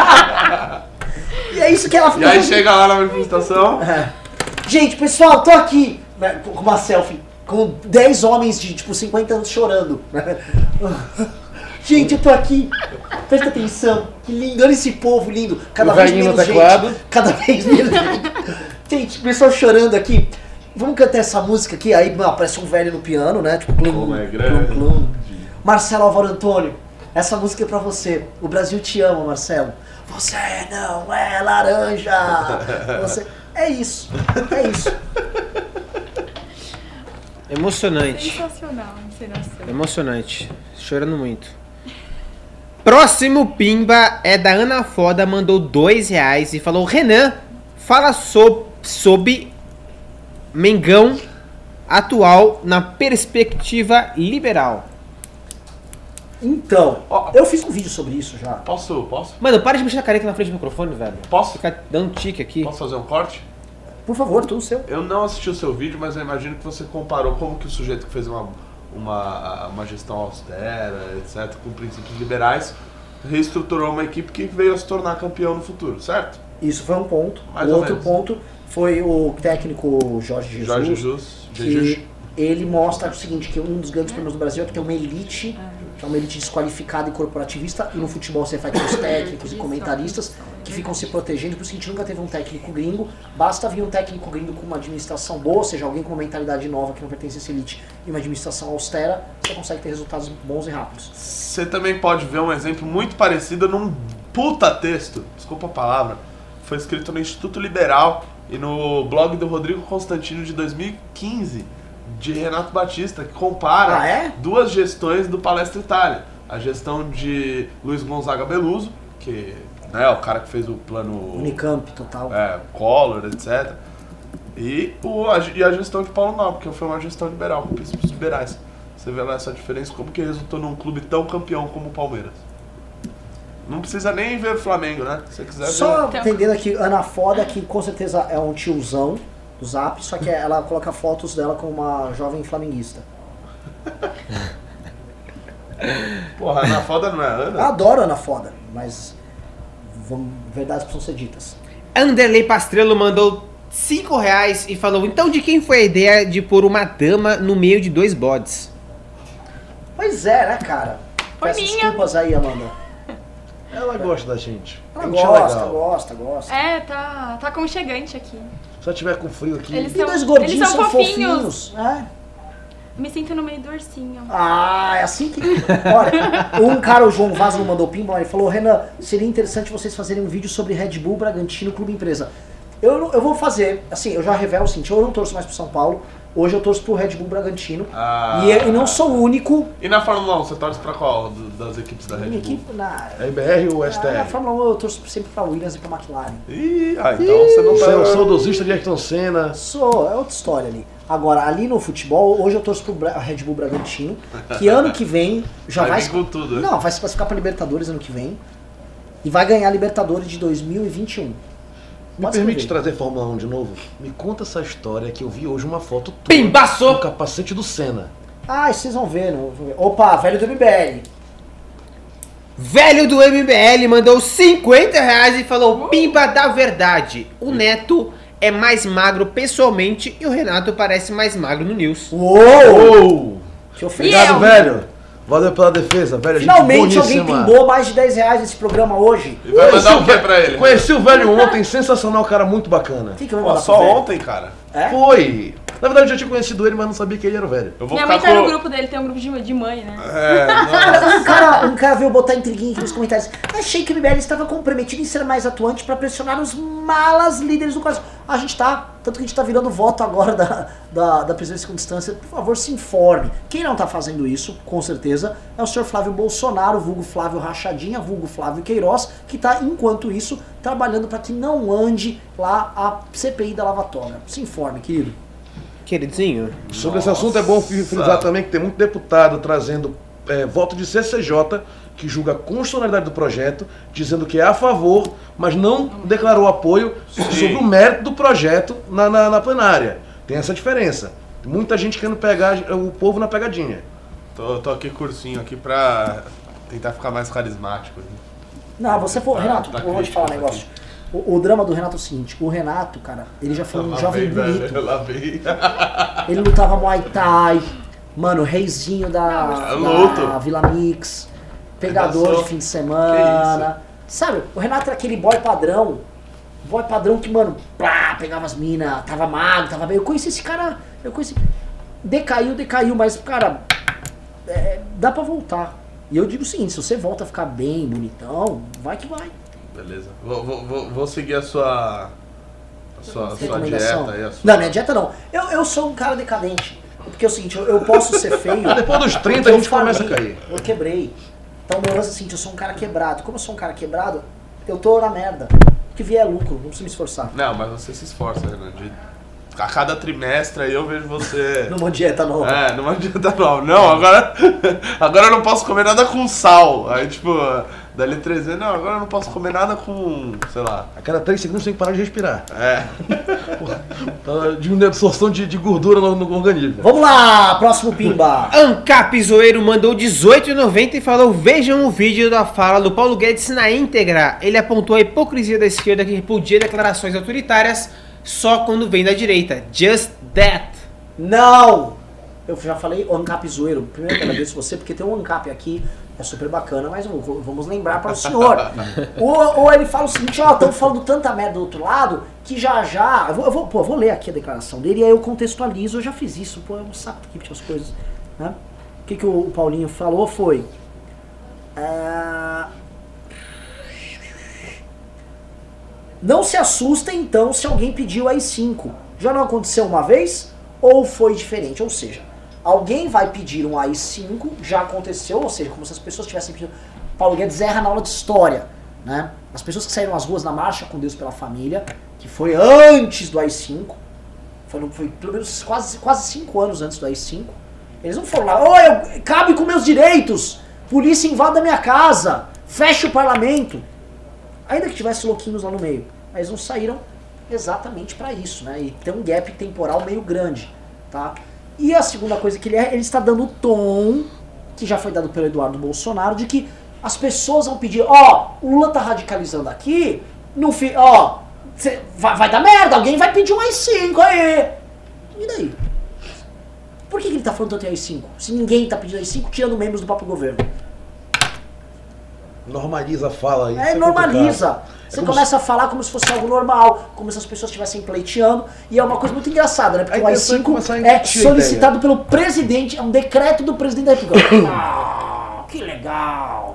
E é isso que ela E aí chega lá na manifestação. Gente, pessoal, tô aqui, né, com uma selfie, com 10 homens de, tipo, 50 anos chorando. Gente, eu tô aqui. Presta atenção. Que lindo. Olha esse povo lindo. Cada O vez velhinho no menos teclado. gente. Cada vez menos gente. Gente, pessoal chorando aqui. Vamos cantar essa música aqui. Aí aparece um velho no piano, né? Tipo, plum, Como é plum, grande. plum. Marcelo Álvaro Antônio, essa música é pra você. O Brasil te ama, Marcelo. Você não é laranja. Você... É isso. É isso. Emocionante. Sensacional, encenação. Emocionante. Chorando muito. Próximo Pimba é da Ana Foda, mandou R$2 e falou Renan, fala sobre Mengão atual na perspectiva liberal? Então, eu fiz um vídeo sobre isso já. Posso? Mano, para de mexer a careca na frente do microfone, velho. Posso? Ficar dando tique aqui. Posso fazer um corte? Por favor, tudo seu. Eu não assisti o seu vídeo, mas eu imagino que você comparou como que o sujeito que fez uma gestão austera, etc., com princípios liberais, reestruturou uma equipe que veio a se tornar campeão no futuro, certo? Isso foi um ponto. Mais O ou outro menos. ponto foi o técnico Jorge Jesus. Que ele mostra o seguinte, que um dos grandes problemas do Brasil é que tem uma elite, que é uma elite desqualificada e corporativista, e no futebol você vai ter os técnicos e comentaristas que ficam se protegendo, por isso que a gente nunca teve um técnico gringo, basta vir um técnico gringo com uma administração boa, ou seja, alguém com uma mentalidade nova que não pertence a essa elite, e uma administração austera, você consegue ter resultados bons e rápidos. Você também pode ver um exemplo muito parecido num puta texto, desculpa a palavra, foi escrito no Instituto Liberal e no blog do Rodrigo Constantino de 2015, de Renato Batista, que compara duas gestões do Palestra Itália. A gestão de Luiz Gonzaga Beluso, que é o cara que fez o plano Unicamp, total. Collor, etc. E a gestão de Paulo Nobre, que foi uma gestão liberal, com princípios liberais. Você vê lá essa diferença, como que resultou num clube tão campeão como o Palmeiras. Não precisa nem ver o Flamengo, né? Se você quiser Só ver. entendendo aqui, Ana Foda, que com certeza é um tiozão do Zap, só que ela coloca fotos dela com uma jovem flamenguista. Porra, Ana Foda não é Ana? Eu adoro Ana Foda, mas verdades precisam ser ditas. Anderley Pastrello mandou R$5 e falou, então de quem foi a ideia de pôr uma dama no meio de dois bodes? Pois é, né, cara? Foi Peço minha. desculpas aí, Amanda. Ela gosta da gente. Ela A gente é gosta, legal. gosta. É, tá aconchegante aqui. Se ela tiver com frio aqui. Eles E dois gordinhos eles são são fofinhos. fofinhos. É. Me sinto no meio do ursinho. Ah, é assim que... Olha, um cara, o João Vaz, não mandou pimba, ele falou, Renan, seria interessante vocês fazerem um vídeo sobre Red Bull, Bragantino, Clube Empresa. Eu vou fazer, assim, eu já revelo o seguinte, eu não torço mais pro São Paulo, hoje eu torço pro Red Bull Bragantino, e não sou o único... E na Fórmula 1, você torce pra qual das equipes da Red Minha Bull? equipe, na RBR ou STR? Fórmula 1 eu torço sempre pra Williams e pra McLaren. Então você não Você é um tá... saudosista de Ayrton Senna. É outra história ali. Agora, ali no futebol, hoje eu torço pro Red Bull Bragantino, que ano que vem já vai... vir com tudo, né? Não, vai se classificar pra Libertadores ano que vem, e vai ganhar a Libertadores de 2021. Me Pode permite escrever. trazer Fórmula 1 de novo? Me conta essa história que eu vi hoje uma foto tua Pimbaçou! com o capacete do Senna. Ah, vocês vão ver, não. Opa, velho do MBL. Velho do MBL mandou R$50 e falou, pimba da verdade, o Neto é mais magro pessoalmente e o Renato parece mais magro no News. Uou! Que ofensa. Obrigado, velho. Valeu pela defesa, velho. Finalmente gente alguém boníssima. pimbou mais de R$10 nesse programa hoje. E vai mandar o que pra ele? Conheci o velho ontem, sensacional, cara muito bacana. Quem que vai Pô, mandar só pro velho? ontem, cara. É? Foi. Na verdade eu já tinha conhecido ele, mas não sabia que ele era o velho. Eu vou Minha ficar mãe tá no com... grupo dele, tem um grupo de mãe, né? Um cara veio botar intriguinha aqui nos comentários. Achei que o MBL estava comprometido em ser mais atuante para pressionar os malas líderes do caso. A gente tá, tanto que a gente tá virando voto agora da prisão em segunda instância. Por favor, se informe. Quem não tá fazendo isso, com certeza, é o senhor Flávio Bolsonaro, vulgo Flávio Rachadinha, vulgo Flávio Queiroz, que tá, enquanto isso, trabalhando para que não ande lá a CPI da Lava Toga. Se informe, querido. Queridinho. Sobre esse assunto é bom frisar também que tem muito deputado trazendo voto de CCJ que julga a constitucionalidade do projeto, dizendo que é a favor, mas não declarou apoio sobre o mérito do projeto na plenária. Tem essa diferença. Muita gente querendo pegar o povo na pegadinha. Tô aqui cursinho aqui pra tentar ficar mais carismático. Não, você for. Renato, tá eu vou te falar um crítico, negócio. O drama do Renato é o seguinte: o Renato, cara, ele já foi um jovem bonito. Lá vem. Ele lutava Muay Thai, mano, reizinho da Vila Mix, pegador de fim de semana. Sabe, o Renato era aquele boy padrão que, mano, pegava as minas, tava magro, tava bem. Eu conheci esse cara, decaiu, mas, cara, dá pra voltar. E eu digo o seguinte: se você volta a ficar bem, bonitão, vai que vai. Beleza. Vou seguir a sua Recomendação. dieta aí. Não, minha dieta não. Eu sou um cara decadente. Porque é o seguinte, eu posso ser feio. Depois dos 30 porque a gente eu falhei, começa a cair. Eu quebrei. Então meu lance é o seguinte, eu sou um cara quebrado. Como eu sou um cara quebrado, eu tô na merda. O que vier é lucro, não preciso me esforçar. Não, mas você se esforça, Renan. a cada trimestre aí eu vejo você... Numa dieta nova. Numa dieta nova. Não, agora eu não posso comer nada com sal. Aí, tipo, dali 3 anos, não, agora eu não posso comer nada com, sei lá. A cada 3 segundos tem que parar de respirar. Tá Diminuir a absorção de gordura no organismo. Vamos lá, próximo Pimba. Ancap Zoeiro mandou 18,90 e falou: vejam o vídeo da fala do Paulo Guedes na íntegra. Ele apontou a hipocrisia da esquerda que repudia declarações autoritárias só quando vem da direita. Just that. Não! Eu já falei o Ancap Zoeiro. Primeiro eu agradeço você, porque tem um Ancap aqui, é super bacana, mas vamos lembrar para o senhor. Ou ele fala o seguinte, estamos falando tanta merda do outro lado, que já... Eu vou ler aqui a declaração dele e aí eu contextualizo, eu já fiz isso, é um saco aqui as coisas. Né? O que o Paulinho falou foi... Não se assustem então se alguém pediu AI-5. Já não aconteceu uma vez? Ou foi diferente? Ou seja, alguém vai pedir um AI-5, já aconteceu, ou seja, como se as pessoas tivessem pedido... Paulo Guedes erra na aula de história, né? As pessoas que saíram às ruas na Marcha com Deus pela Família, que foi antes do AI-5, foi pelo menos quase 5 anos antes do AI-5, eles não foram lá, cabe com meus direitos, polícia invada minha casa, fecha o parlamento. Ainda que tivesse louquinhos lá no meio, mas não saíram exatamente para isso, né? E tem um gap temporal meio grande, tá? E a segunda coisa que ele está dando o tom, que já foi dado pelo Eduardo Bolsonaro, de que as pessoas vão pedir, o Lula tá radicalizando aqui, vai dar merda, alguém vai pedir um AI-5 aí. E daí? Por que ele tá falando tanto em AI-5? Se ninguém tá pedindo AI-5, tirando membros do próprio governo. Normaliza a fala aí. Normaliza. Você começa a falar como se fosse algo normal, como se as pessoas estivessem pleiteando, e é uma coisa muito engraçada, né? Porque o AI-5 é solicitado pelo presidente, é um decreto do presidente da República. Que legal!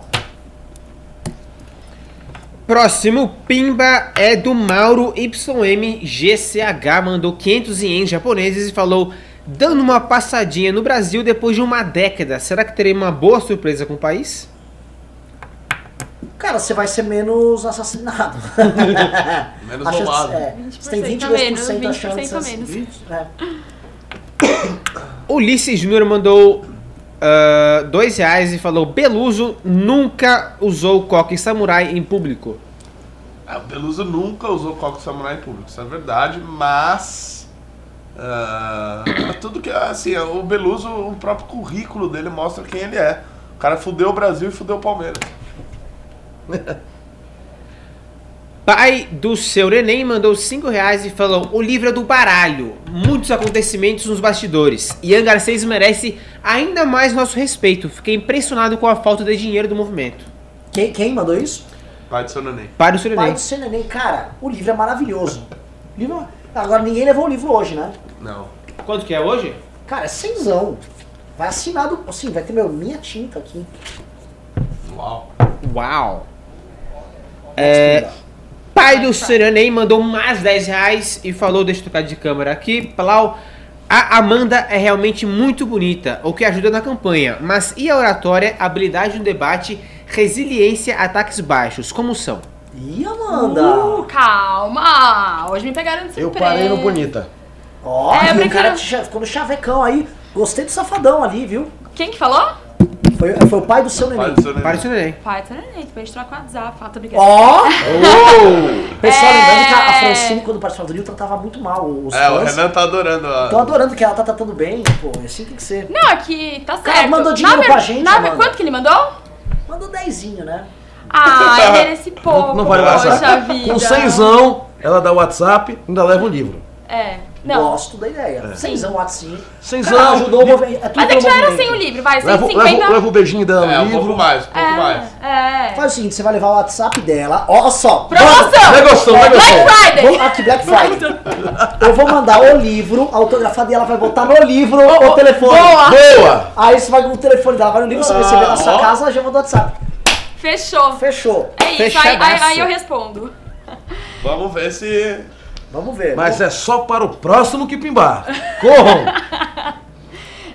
Próximo Pimba é do Mauro YMGCH, mandou 500 ienes japoneses e falou: dando uma passadinha no Brasil depois de uma década, será que terei uma boa surpresa com o país? Cara, você vai ser menos assassinado. Menos roubado. Você tem 22% da chance. 20% menos. Ulisses Júnior mandou R$2 e falou: Beluso nunca usou coque samurai em público. O Beluso nunca usou coque samurai em público, isso é verdade, mas... tudo que... Assim, o Beluso, o próprio currículo dele mostra quem ele é. O cara fudeu o Brasil e fudeu o Palmeiras. Pai do seu neném mandou R$5 e falou: o livro é do baralho, muitos acontecimentos nos bastidores. Ian Garcês merece ainda mais nosso respeito. Fiquei impressionado com a falta de dinheiro do movimento. Quem mandou isso? Pai do seu neném. Pai do seu neném. Pai do seu neném. Cara, o livro é maravilhoso. Agora ninguém levou o livro hoje, né? Não. Quanto que é hoje? Cara, é 100zão. Vai assinado, assim, vai ter minha tinta aqui. Uau. Pai do Serenei mandou mais R$10 e falou, deixa eu tocar de câmera aqui, Plau, a Amanda é realmente muito bonita, o que ajuda na campanha, mas e a oratória, habilidade no debate, resiliência, ataques baixos, como são? Ih, Amanda! Calma! Hoje me pegaram de surpresa. Eu parei no bonita. Ó, o cara ficou no chavecão aí, gostei do safadão ali, viu? Quem que falou? Foi o pai do seu neném. Pai do seu neném. Pai do seu neném, depois a gente troca o WhatsApp, fala, tô brincando. Ó! Pessoal, lembrando que a Francine, quando participava do Rio, tratava muito mal os fãs. O Renan tá adorando. Tô adorando que ela tá tratando bem, pô, assim tem que ser. Não, aqui tá certo. Cara, mandou dinheiro pra gente, Amanda. Quanto que ele mandou? Mandou 10zinho, né? Ah, merece pouco, não vale poxa WhatsApp. vida. Com 100zão, ela dá o WhatsApp e ainda leva um livro. Não. Gosto da ideia. 100zão, WhatsApp. 100zão. Ajudou o movimento. Mas é que já era sem o livro, vai, 150. Leva o beijinho dela no livro. Um pouco mais. Faz o seguinte, você vai levar o WhatsApp dela. Ó só. Promoção! Negociou. Black Friday! Aqui, Black Friday. Eu vou mandar o livro, autografado, e ela vai botar no livro o telefone. Boa! Aí você vai com o telefone dela, vai no livro, você vai receber na sua casa, ela já mandou o WhatsApp. Fechou. É isso, aí eu respondo. Vamos ver se... Vamos ver. Mas é só para o próximo que pimbar. Corram!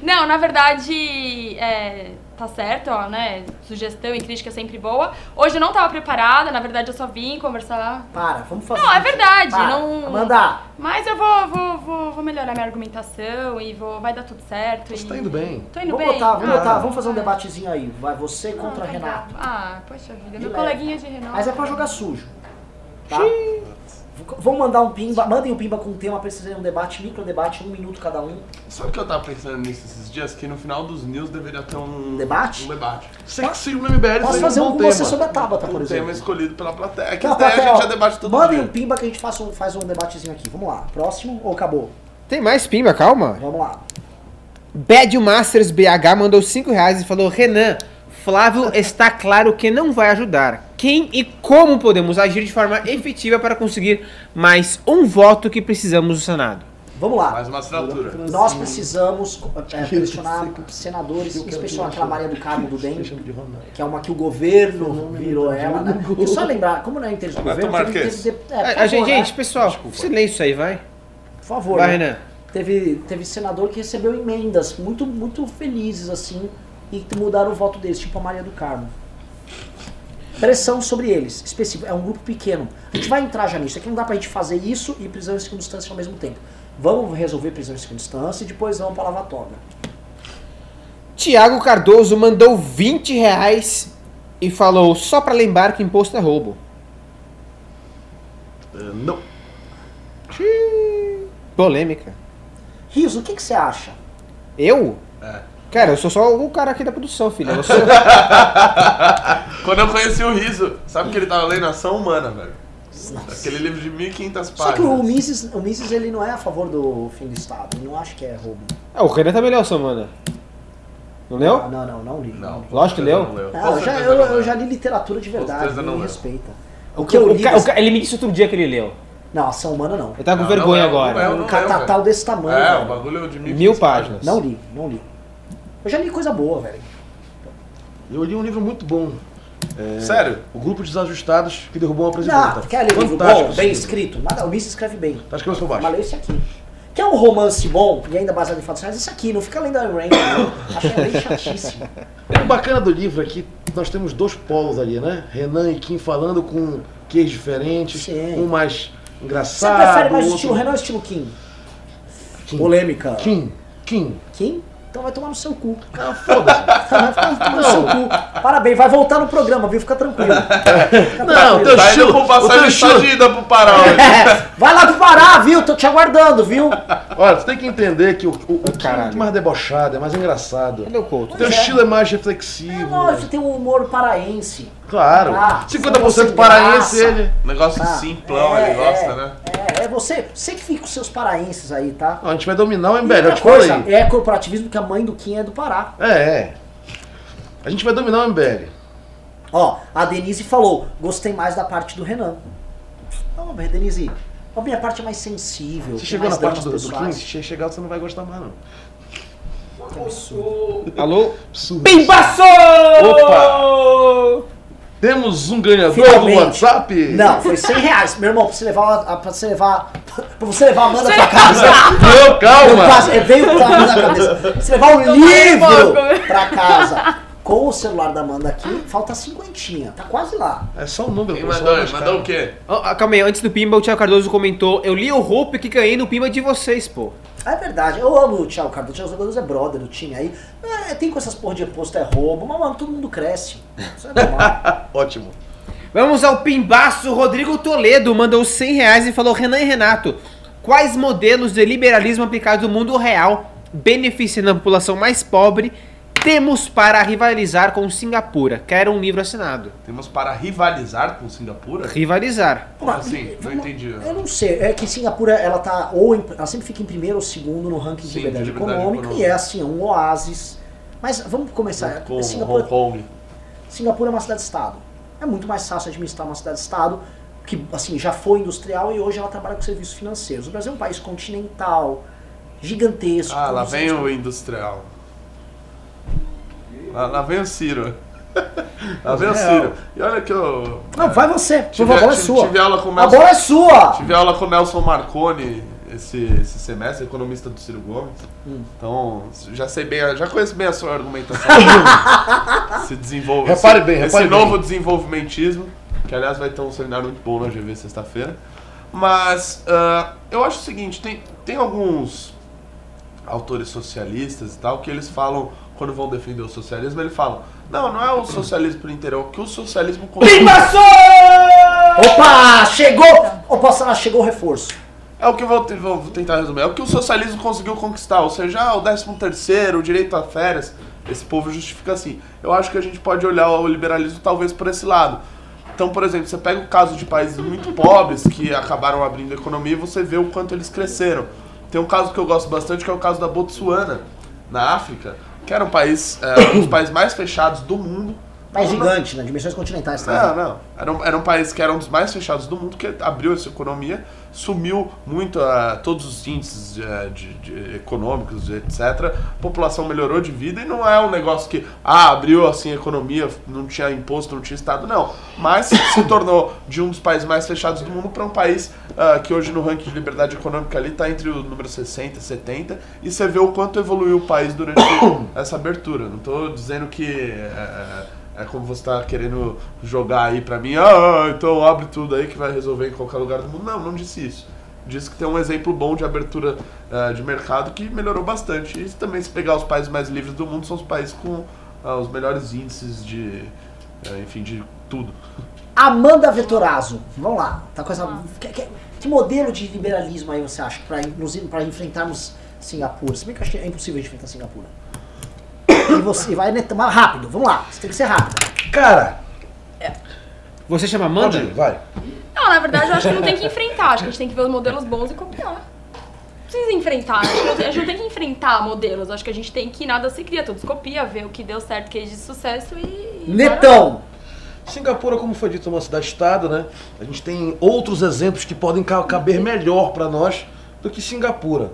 Não, na verdade, tá certo, ó, né? Sugestão e crítica é sempre boa. Hoje eu não tava preparada, na verdade eu só vim conversar. Vamos fazer. Não, é verdade. Para. Não... Amanda! Mas eu vou melhorar minha argumentação e vai dar tudo certo. Você tá indo bem. Tô indo Vamos bem. botar, vamos fazer um debatezinho aí. Vai você contra tá Renato. Poxa vida, De meu leve. coleguinha de Renato. Mas é pra jogar sujo. Tá? Vamos mandar um pimba, mandem um pimba com um tema pra vocês fazerem um debate, micro debate, 1 minuto cada um. Sabe o que eu tava pensando nisso esses dias? Que no final dos news deveria ter um Debate? Um debate. Sexy no MBL. Posso fazer um com você sobre a Tabata, por Um tema exemplo. escolhido pela plateia. Que Não, daí a plateia, gente ó, já debate todo mandem dia. um pimba que a gente faz um debatezinho aqui. Vamos lá. Próximo ou acabou? Tem mais pimba, calma. Vamos lá. Bad Masters BH mandou R$5 e falou: Renan, Flávio está claro que não vai ajudar. Quem e como podemos agir de forma efetiva para conseguir mais um voto que precisamos no Senado? Vamos lá. Mais uma assinatura. Nós precisamos pressionar senadores, em especial aquela Maria do Carmo do DEM, que é uma que o governo virou ela. Né? E só lembrar, como não é interesse do Roberto governo, Marques. Gente, pessoal, silêncio aí, vai. por favor, Vai, né? Renan. Teve senador que recebeu emendas muito, muito felizes, assim, e que mudaram o voto deles, tipo a Maria do Carmo. Pressão sobre eles, específico, é um grupo pequeno. A gente vai entrar já nisso, aqui não dá pra gente fazer isso e prisão em segunda instância ao mesmo tempo. Vamos resolver prisão em segunda instância e depois vamos pra lavatória. Tiago Cardoso mandou R$20 e falou: só pra lembrar que imposto é roubo. Não. Polêmica. Riso, o que você acha? Eu? É. Cara, eu sou só o cara aqui da produção, filho. Eu sou... Quando eu conheci o Riso, sabe que ele tava lendo Ação Humana, velho? Aquele livro de 1.500 páginas. Só que o Mises ele não é a favor do fim do Estado, ele não acha que é roubo. O Renan também leu, semana. Não leu? Não li. Não. Lógico que leu. Não leu. Ah, eu já li literatura de verdade, certeza não me leu. respeita. O que eu li... Ele me disse outro dia que ele leu. Não, Ação Humana não. Eu tava com Não, vergonha não, agora. não, Um catatal desse tamanho, É, velho. o bagulho de 1000 páginas. Não li. Eu já li coisa boa, velho. Eu li um livro muito bom. Sério? O Grupo de Desajustados que derrubou uma presidenta. Não, quer ler um livro Fantástico bom, esse bem livro. escrito? Nada, o Mises escreve bem. Tá de cabeça pra baixo. Mas lê esse aqui. Quer um romance bom e ainda baseado em fatos reais? Esse aqui, não fica lendo a Rank, não. Achei bem chatíssimo. O bacana do livro é que nós temos dois polos ali, né? Renan e Kim falando com queijos diferentes, Sim. um mais Você engraçado. prefere mais o outro- estilo Renan ou o estilo Kim? Kim. Polêmica. Kim. Kim? Então vai tomar no seu cu. Ah, foda-se. Vai tomar no seu cu. Parabéns, vai voltar no programa, viu? Fica tranquilo. Fica Não, tranquilo. teu Tá indo estilo- com o passagem teu estilo- estadida pro Pará hoje. Vai lá pro Pará, viu? Tô te aguardando, viu? Olha, você tem que entender que o Kim é Caralho. muito mais debochado, é mais engraçado. Cadê o Couto? O teu Pois é. estilo é mais É reflexivo. lógico, tem um humor paraense. Claro. Ah, 50% sem paraense graça. ele. Negócio simplão, ele gosta, né? É você que fica com seus paraenses aí, tá? Não, a gente vai dominar o E MBL, eu outra te coisa, falei. é corporativismo que a mãe do Kim é do Pará. É. A gente vai dominar o MBL. Ó, a Denise falou, gostei mais da parte do Renan. Não, mas Denise, a minha parte é mais sensível. Você tem chegou mais na parte dramas do Kim, pessoais. se chegar você não vai gostar mais, não. Que absurdo. Alô? Absurdo. Pimbaço! Opa! Temos um ganhador Finalmente. do WhatsApp? Não, foi R$100. Meu irmão, pra você levar a Amanda pra casa. Não, calma! Veio com a Amanda na cabeça. Você levar um livro pra casa com o celular da Amanda aqui, falta 50. Tá quase lá. É só um número. Quem pô, só mandou? mais Mandou caro. o quê? Calma aí, antes do Pimba, o Thiago Cardoso comentou: eu li o Hope que ganhei no Pimba de vocês, pô. É verdade, eu amo o Thiago Cardoso. O Thiago Cardoso é brother do time aí. Tem com essas porra de imposto, é roubo, mas mano, todo mundo cresce. Isso é normal. Ótimo. Vamos ao Pimbaço. Rodrigo Toledo mandou R$100 e falou: Renan e Renato, quais modelos de liberalismo aplicados no mundo real, beneficiando a população mais pobre, temos para rivalizar com Singapura? Quero um livro assinado. Temos para rivalizar com Singapura? Rivalizar. Como assim? Não entendi. Eu não sei, é que Singapura ela tá ela sempre fica em primeiro ou segundo no ranking de Sim, liberdade de liberdade econômica econômica. e é assim, um oásis. Mas vamos começar. Com Singapura, Hong Kong. Singapura é uma cidade-estado. É muito mais fácil administrar uma cidade-estado que assim já foi industrial e hoje ela trabalha com serviços financeiros. O Brasil é um país continental, gigantesco. Ah, lá todos vem os- o industrial. Lá vem o Ciro. Lá vem o Ciro. E olha que eu Não, vai você. Por tive, favor, a bola é tive- sua. tive aula com o A Nelson. bola é sua. Tive aula com o Nelson Marconi esse semestre, economista do Ciro Gomes. Então, já conheço bem a sua argumentação. Repare bem. Esse novo desenvolvimentismo, que aliás vai ter um seminário muito bom na GV sexta-feira. Mas eu acho o seguinte, tem alguns autores socialistas e tal, que eles falam, quando vão defender o socialismo, eles falam, não é o socialismo por inteiro, é o que o socialismo conseguiu. Opa, chegou! Opa, chegou o reforço. É o que eu vou tentar resumir. É o que o socialismo conseguiu conquistar. Ou seja, o 13º, o direito a férias. Esse povo justifica assim. Eu acho que a gente pode olhar o liberalismo talvez por esse lado. Então, por exemplo, você pega o caso de países muito pobres que acabaram abrindo a economia e você vê o quanto eles cresceram. Tem um caso que eu gosto bastante, que é o caso da Botsuana, na África, que era um país, um dos países mais fechados do mundo. País gigante, né? Dimensões continentais também. Não. Era um país que era um dos mais fechados do mundo, que abriu essa economia, sumiu muito todos os índices de econômicos, etc. A população melhorou de vida e não é um negócio que, abriu assim a economia, não tinha imposto, não tinha Estado, não. Mas se tornou de um dos países mais fechados do mundo para um país que hoje no ranking de liberdade econômica ali está entre o número 60 e 70, e você vê o quanto evoluiu o país durante essa abertura. Não estou dizendo que... É como você tá querendo jogar aí pra mim, então abre tudo aí que vai resolver em qualquer lugar do mundo. Não disse isso. Disse que tem um exemplo bom de abertura de mercado que melhorou bastante. E também, se pegar os países mais livres do mundo, são os países com os melhores índices de tudo. Amanda Vettorazzo, vamos lá. Tá com essa, que modelo de liberalismo aí você acha para enfrentarmos Singapura? Se bem que eu acho que é impossível enfrentar Singapura. E você vai mais rápido, vamos lá, você tem que ser rápido. Cara, você chama Amanda? pode ir, vai. Não, na verdade eu acho que não tem que enfrentar, acho que a gente tem que ver os modelos bons e copiar. Não precisa enfrentar, a gente não tem que enfrentar modelos, acho que a gente tem que nada se cria, todos copia, ver o que deu certo, que é de sucesso e... Netão! Singapura, como foi dito, é uma cidade-estado, né? A gente tem outros exemplos que podem caber melhor para nós do que Singapura.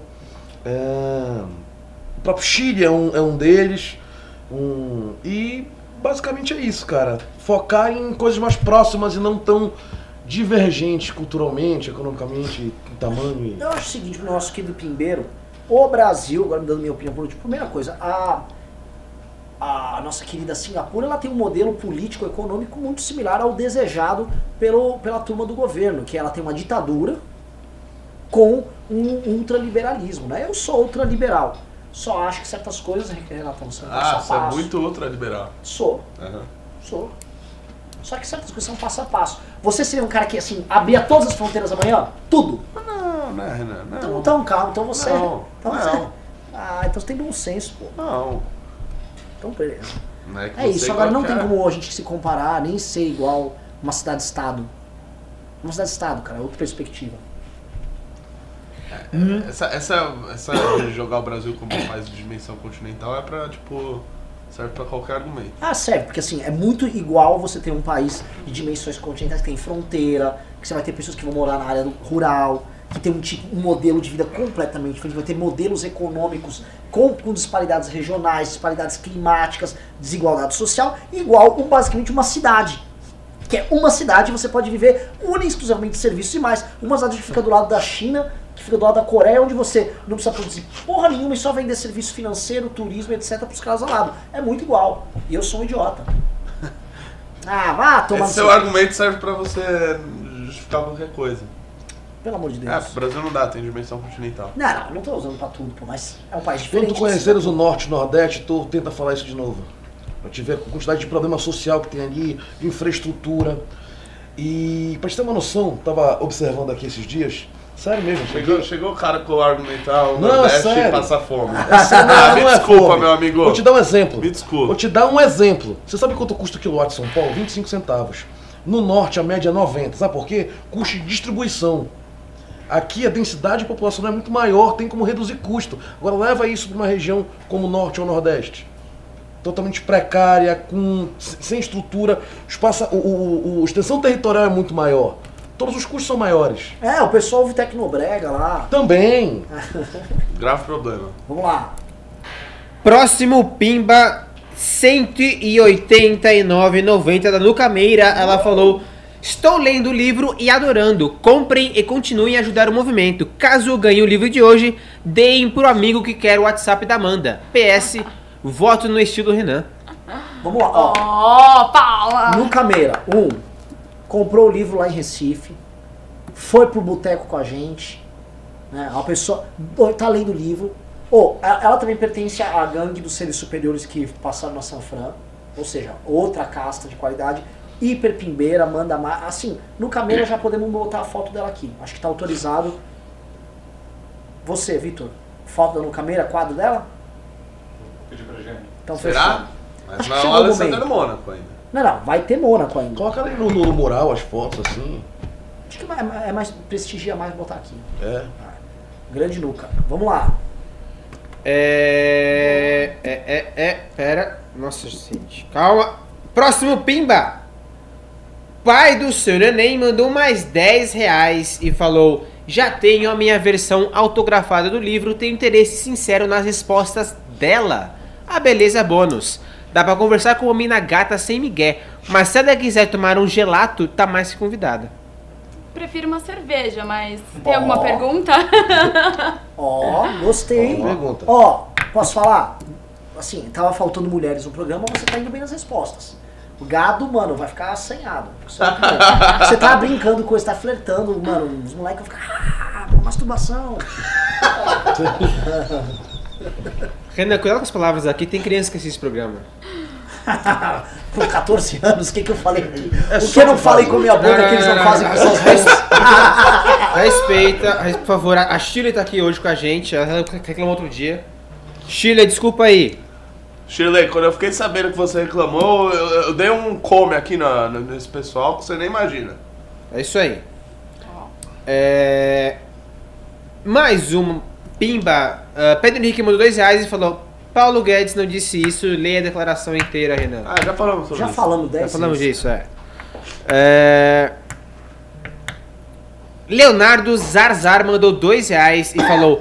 O próprio Chile é um deles. E basicamente é isso, cara. Focar em coisas mais próximas e não tão divergentes culturalmente, economicamente, em tamanho. Eu acho o seguinte, pro nosso querido Pimbeiro, o Brasil, agora me dando minha opinião por último, primeira coisa, a nossa querida Singapura, ela tem um modelo político-econômico muito similar ao desejado pela turma do governo, que ela tem uma ditadura com um ultraliberalismo, né? Eu sou ultraliberal. Só acho que certas coisas, Renatão, são passo a passo. Você é muito ultraliberal. Sou. Sou. Só que certas coisas são passo a passo. Você seria um cara que, assim, abria todas as fronteiras amanhã? Tudo? Não, Renan, não. Então, calma, então você... Não. Então você tem bom senso, pô. Não. Então, beleza. Não é que É isso, agora não tem qualquer... como a gente se comparar, nem ser igual uma cidade-estado. Uma cidade-estado, cara, é outra perspectiva. Essa de jogar o Brasil como um país de dimensão continental é pra, tipo, serve pra qualquer argumento. Serve, porque assim, é muito igual você ter um país de dimensões continentais que tem fronteira, que você vai ter pessoas que vão morar na área rural, que tem um modelo de vida completamente diferente, vai ter modelos econômicos com disparidades regionais, disparidades climáticas, desigualdade social, igual basicamente uma cidade. Que é uma cidade, você pode viver única e exclusivamente de serviços e mais. Uma cidade que fica do lado da China, que fica do lado da Coreia, onde você não precisa produzir porra nenhuma e só vender serviço financeiro, turismo, etc. pros caras ao lado. É muito igual. E eu sou um idiota. Vá tomar no Esse seu argumento serve pra você justificar qualquer coisa. Pelo amor de Deus. O Brasil não dá, tem dimensão continental. Não tô usando pra tudo, pô, mas é um país diferente. Quando tu conheceres o Norte e o Nordeste, tu tenta falar isso de novo. Pra te ver a quantidade de problema social que tem ali, de infraestrutura. E pra te ter uma noção, tava observando aqui esses dias, sério mesmo. Chegou o cara com o argumentar o Não, Nordeste sério. e passar fome. Não Me é desculpa, fome. meu amigo. Vou te dar um exemplo. Me desculpa. Vou te dar um exemplo. Você sabe quanto custa o quilowatt em São Paulo? 25 centavos. No Norte a média é 90. Sabe por quê? Custo de distribuição. Aqui a densidade populacional é muito maior, tem como reduzir custo. Agora leva isso para uma região como o Norte ou o Nordeste. Totalmente precária, sem estrutura, a extensão territorial é muito maior. Todos os custos são maiores. O pessoal ouve Tecnobrega lá. Também. Grave problema. Vamos lá. Próximo Pimba 189,90 da Nuca Meira. Ela falou: Estou lendo o livro e adorando. Comprem e continuem a ajudar o movimento. Caso ganhe o livro de hoje, deem pro amigo que quer o WhatsApp da Amanda. PS, voto no estilo Renan. Vamos lá, ó. Ó, Paula! Luca Meira, comprou o livro lá em Recife, foi pro boteco com a gente, né? A pessoa tá lendo o livro. Ela também pertence à gangue dos seres superiores que passaram na Sanfran, ou seja, outra casta de qualidade, hiper pimbeira, manda mais. Assim, Luca Meira já podemos botar a foto dela aqui, acho que tá autorizado. Você, Vitor, foto da Luca Meira, quadro dela? Pedir pra gente. Então Será? fechou. Mas Acho que não é o chegou o Alessandro momento. Mônaco ainda. Não, vai ter Mônaco ainda. Coloca ali no mural as fotos assim. Acho que é mais, prestigia mais botar aqui. É. Grande Luca. Vamos lá. Pera. Nossa, gente. Calma. Próximo Pimba. Pai do seu neném mandou mais 10 reais e falou: já tenho a minha versão autografada do livro, tenho interesse sincero nas respostas dela. A beleza bônus. Dá pra conversar com uma mina gata sem migué, mas se ela quiser tomar um gelato, tá mais que convidada. Prefiro uma cerveja, mas tem alguma pergunta? Gostei. Boa pergunta. Posso falar? Assim, tava faltando mulheres no programa, você tá indo bem nas respostas. O gado, mano, vai ficar assanhado. Você tá brincando com ele, você tá flertando, mano, os moleques vão ficar, masturbação. Renan, cuidado com as palavras aqui, tem criança que assiste esse programa. Com 14 anos, o que eu falei aqui? O que só eu não que falei faz, com minha boca que eles não fazem com suas mãos? Respeita, por favor, a Shirley tá aqui hoje com a gente, ela reclamou outro dia. Shirley, desculpa aí. Shirley, quando eu fiquei sabendo que você reclamou, eu dei um come aqui nesse pessoal que você nem imagina. É isso aí. Mais um Pimba. Pedro Henrique mandou 2 reais e falou: Paulo Guedes não disse isso, leia a declaração inteira, Renan. Ah, já falamos sobre Já isso. falamos 10 Já falamos vezes. disso, Leonardo Zarzar mandou 2 reais e falou: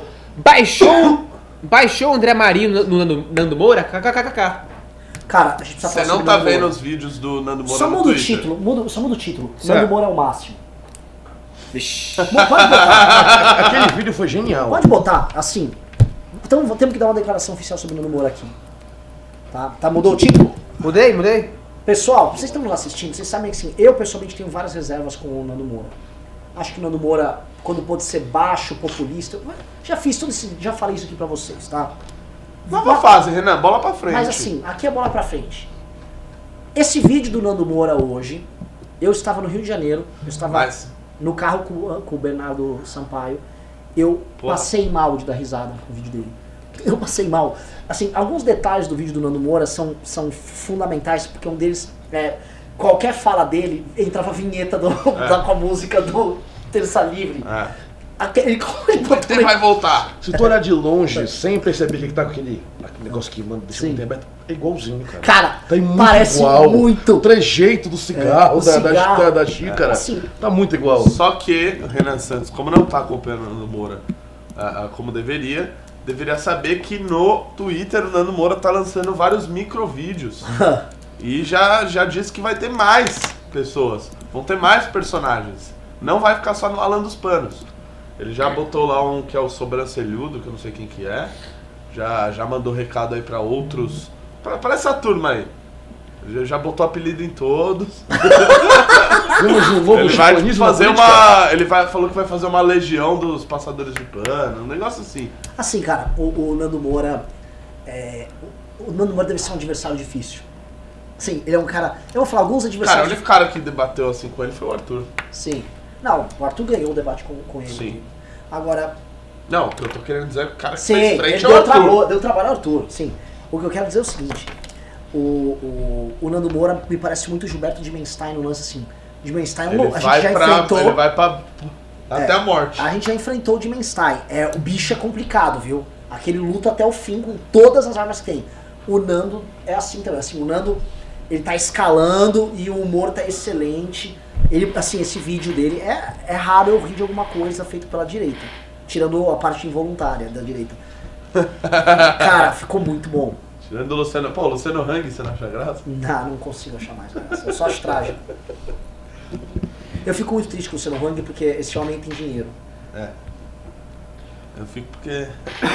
Baixou o André Marinho no Nando Moura? KKKK. Cara, a gente precisa Você falar não sobre tá Nando vendo Moura. os vídeos do Nando Moura Só no muda o Twitter. título, só muda o título. Certo. Nando Moura é o máximo. Vixe. Pode botar, Aquele vídeo foi genial. pode botar, assim. Então temos que dar uma declaração oficial sobre o Nando Moura aqui. Tá, mudou o título? Mudei? Pessoal, vocês estão lá assistindo, vocês sabem que assim, eu pessoalmente tenho várias reservas com o Nando Moura. Acho que o Nando Moura, quando pode ser baixo, populista, já falei isso aqui pra vocês, tá? Nova fase, Renan, bola pra frente. Mas assim, aqui é bola pra frente. Esse vídeo do Nando Moura hoje, eu estava no Rio de Janeiro, eu estava Mas- no carro com o Bernardo Sampaio, eu Porra. passei mal de dar risada com o vídeo dele. Eu passei mal. Assim, alguns detalhes do vídeo do Nando Moura são fundamentais, porque um deles, qualquer fala dele, entrava a vinheta com a música do Terça Livre. Ele Ele vai voltar. Se tu olhar de longe, sem perceber que tá com aquele negócio que manda deixa Sim. muito aberto, é igualzinho, cara. Cara, Tá muito parece igual. muito. O trejeito do cigarro, o cigarro. da xícara, Assim. tá muito igual. Só que o Renan Santos, como não tá acompanhando o Nando Moura como deveria saber que no Twitter o Nando Moura tá lançando vários microvídeos. E já disse que vai ter mais pessoas, vão ter mais personagens. Não vai ficar só no Alan dos Panos. Ele já botou lá um que é o Sobrancelhudo, que eu não sei quem que é. Já mandou recado aí pra outros. Pra essa turma aí. Já botou apelido em todos. Temos um novo Ele vai chicanismo fazer na política. Ele falou que vai fazer uma legião dos passadores de pano, um negócio assim. Assim, cara, o Nando Moura. O Nando Moura deve ser um adversário difícil. Sim, ele é um cara. Eu vou falar alguns Cara, o adversários. único cara que debateu assim com ele foi o Arthur. Sim. Não, o Arthur ganhou o debate com ele. Sim. Agora, Não, o que eu tô querendo dizer é que o cara que sim, fez ele frente é o Arthur. deu trabalho ao Arthur, sim. O que eu quero dizer é o seguinte: o Nando Moura me parece muito Gilberto Dimenstein no lance assim. Dimenstein, Ele a gente já enfrentou. ele vai pra até a morte. A gente já enfrentou o Dimenstein. O bicho é complicado, viu? Aquele luta até o fim com todas as armas que tem. O Nando é assim também. Assim, o Nando, ele tá escalando e o humor tá excelente. Ele, assim, esse vídeo dele é raro eu rir de alguma coisa feita pela direita. Tirando a parte involuntária da direita. Cara, ficou muito bom. Tirando o Luciano. Pô, o Luciano Hang, você não acha graça? Não consigo achar mais graça. Eu só acho trágico. Eu fico muito triste com o Luciano Hang porque esse homem tem dinheiro. É. Eu fico porque...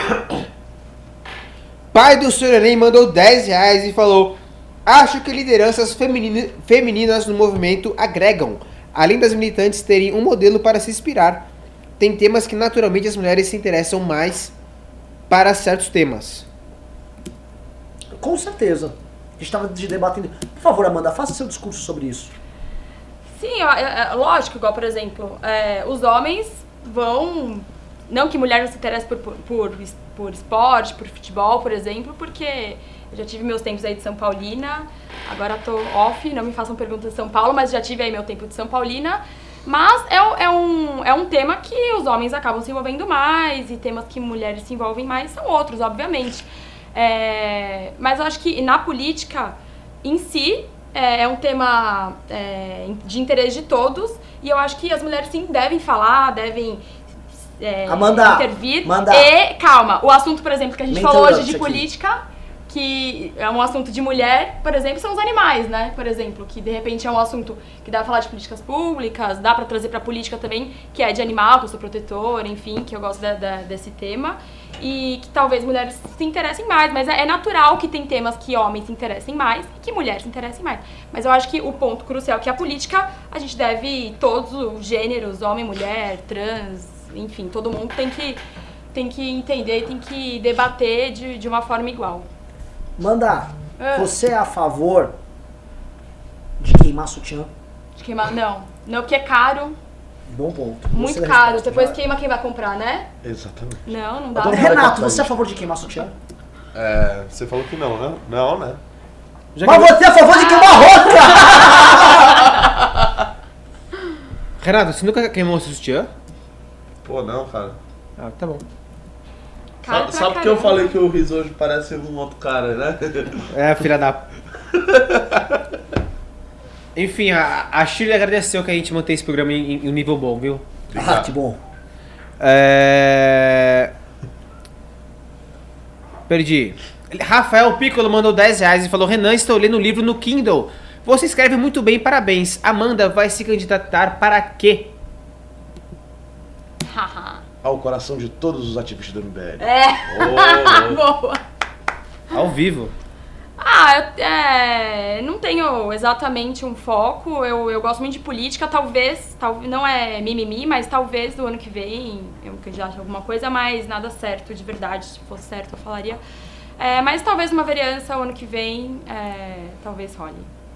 Pai do Sr. Enem mandou R$10 e falou: acho que lideranças femininas no movimento agregam, além das militantes terem um modelo para se inspirar. Tem temas que naturalmente as mulheres se interessam mais para certos temas. Com certeza. A gente estava debatendo. Por favor, Amanda, faça seu discurso sobre isso. Sim, lógico, igual, por exemplo, os homens vão... Não que mulher não se interesse por esporte, por futebol, por exemplo, porque eu já tive meus tempos aí de São Paulina, agora tô off, não me façam perguntas de São Paulo, mas já tive aí meu tempo de São Paulina. Mas é um tema que os homens acabam se envolvendo mais, e temas que mulheres se envolvem mais são outros, obviamente. Mas eu acho que na política em si é um tema de interesse de todos, e eu acho que as mulheres sim devem falar, devem Amanda, intervir. Amanda. E, calma, o assunto, por exemplo, que a gente falou hoje de aqui. Política, que é um assunto de mulher, por exemplo, são os animais, né? Por exemplo, que de repente é um assunto que dá pra falar de políticas públicas, dá pra trazer pra política também, que é de animal, que eu sou protetora, enfim, que eu gosto desse tema. E que talvez mulheres se interessem mais, mas é natural que tem temas que homens se interessem mais e que mulheres se interessem mais. Mas eu acho que o ponto crucial é que a política, a gente deve, todos os gêneros, homem, mulher, trans, enfim, todo mundo tem que entender, tem que debater de uma forma igual. Manda, você é a favor de queimar sutiã? De queimar? Não, porque é caro, Bom ponto. muito Gostei da caro. resposta. Depois queima quem vai comprar, né? Exatamente. Não dá. Agora, Renato, você é a favor de queimar sutiã? Você falou que não, né? Não, né? Mas você é a favor de queimar roupa! Renato, você nunca queimou o seu sutiã? Pô, não, cara. Ah, tá bom. Caro pra Sabe porque eu caramba. falei que o Riz hoje parece um outro cara, né? Filha da... Enfim, a Shirley agradeceu que a gente mantém esse programa em um nível bom, viu? Ah, que bom. Perdi. Rafael Piccolo mandou R$10 e falou: Renan, estou lendo o livro no Kindle. Você escreve muito bem, parabéns. Amanda vai se candidatar para quê? Ao coração de todos os ativistas do MBL. Boa. Ao vivo. Não tenho exatamente um foco, eu gosto muito de política, talvez, não é mimimi, mas talvez no ano que vem eu candidate a alguma coisa, mas nada certo, de verdade, se fosse certo eu falaria. Mas talvez uma vereança o ano que vem, talvez role.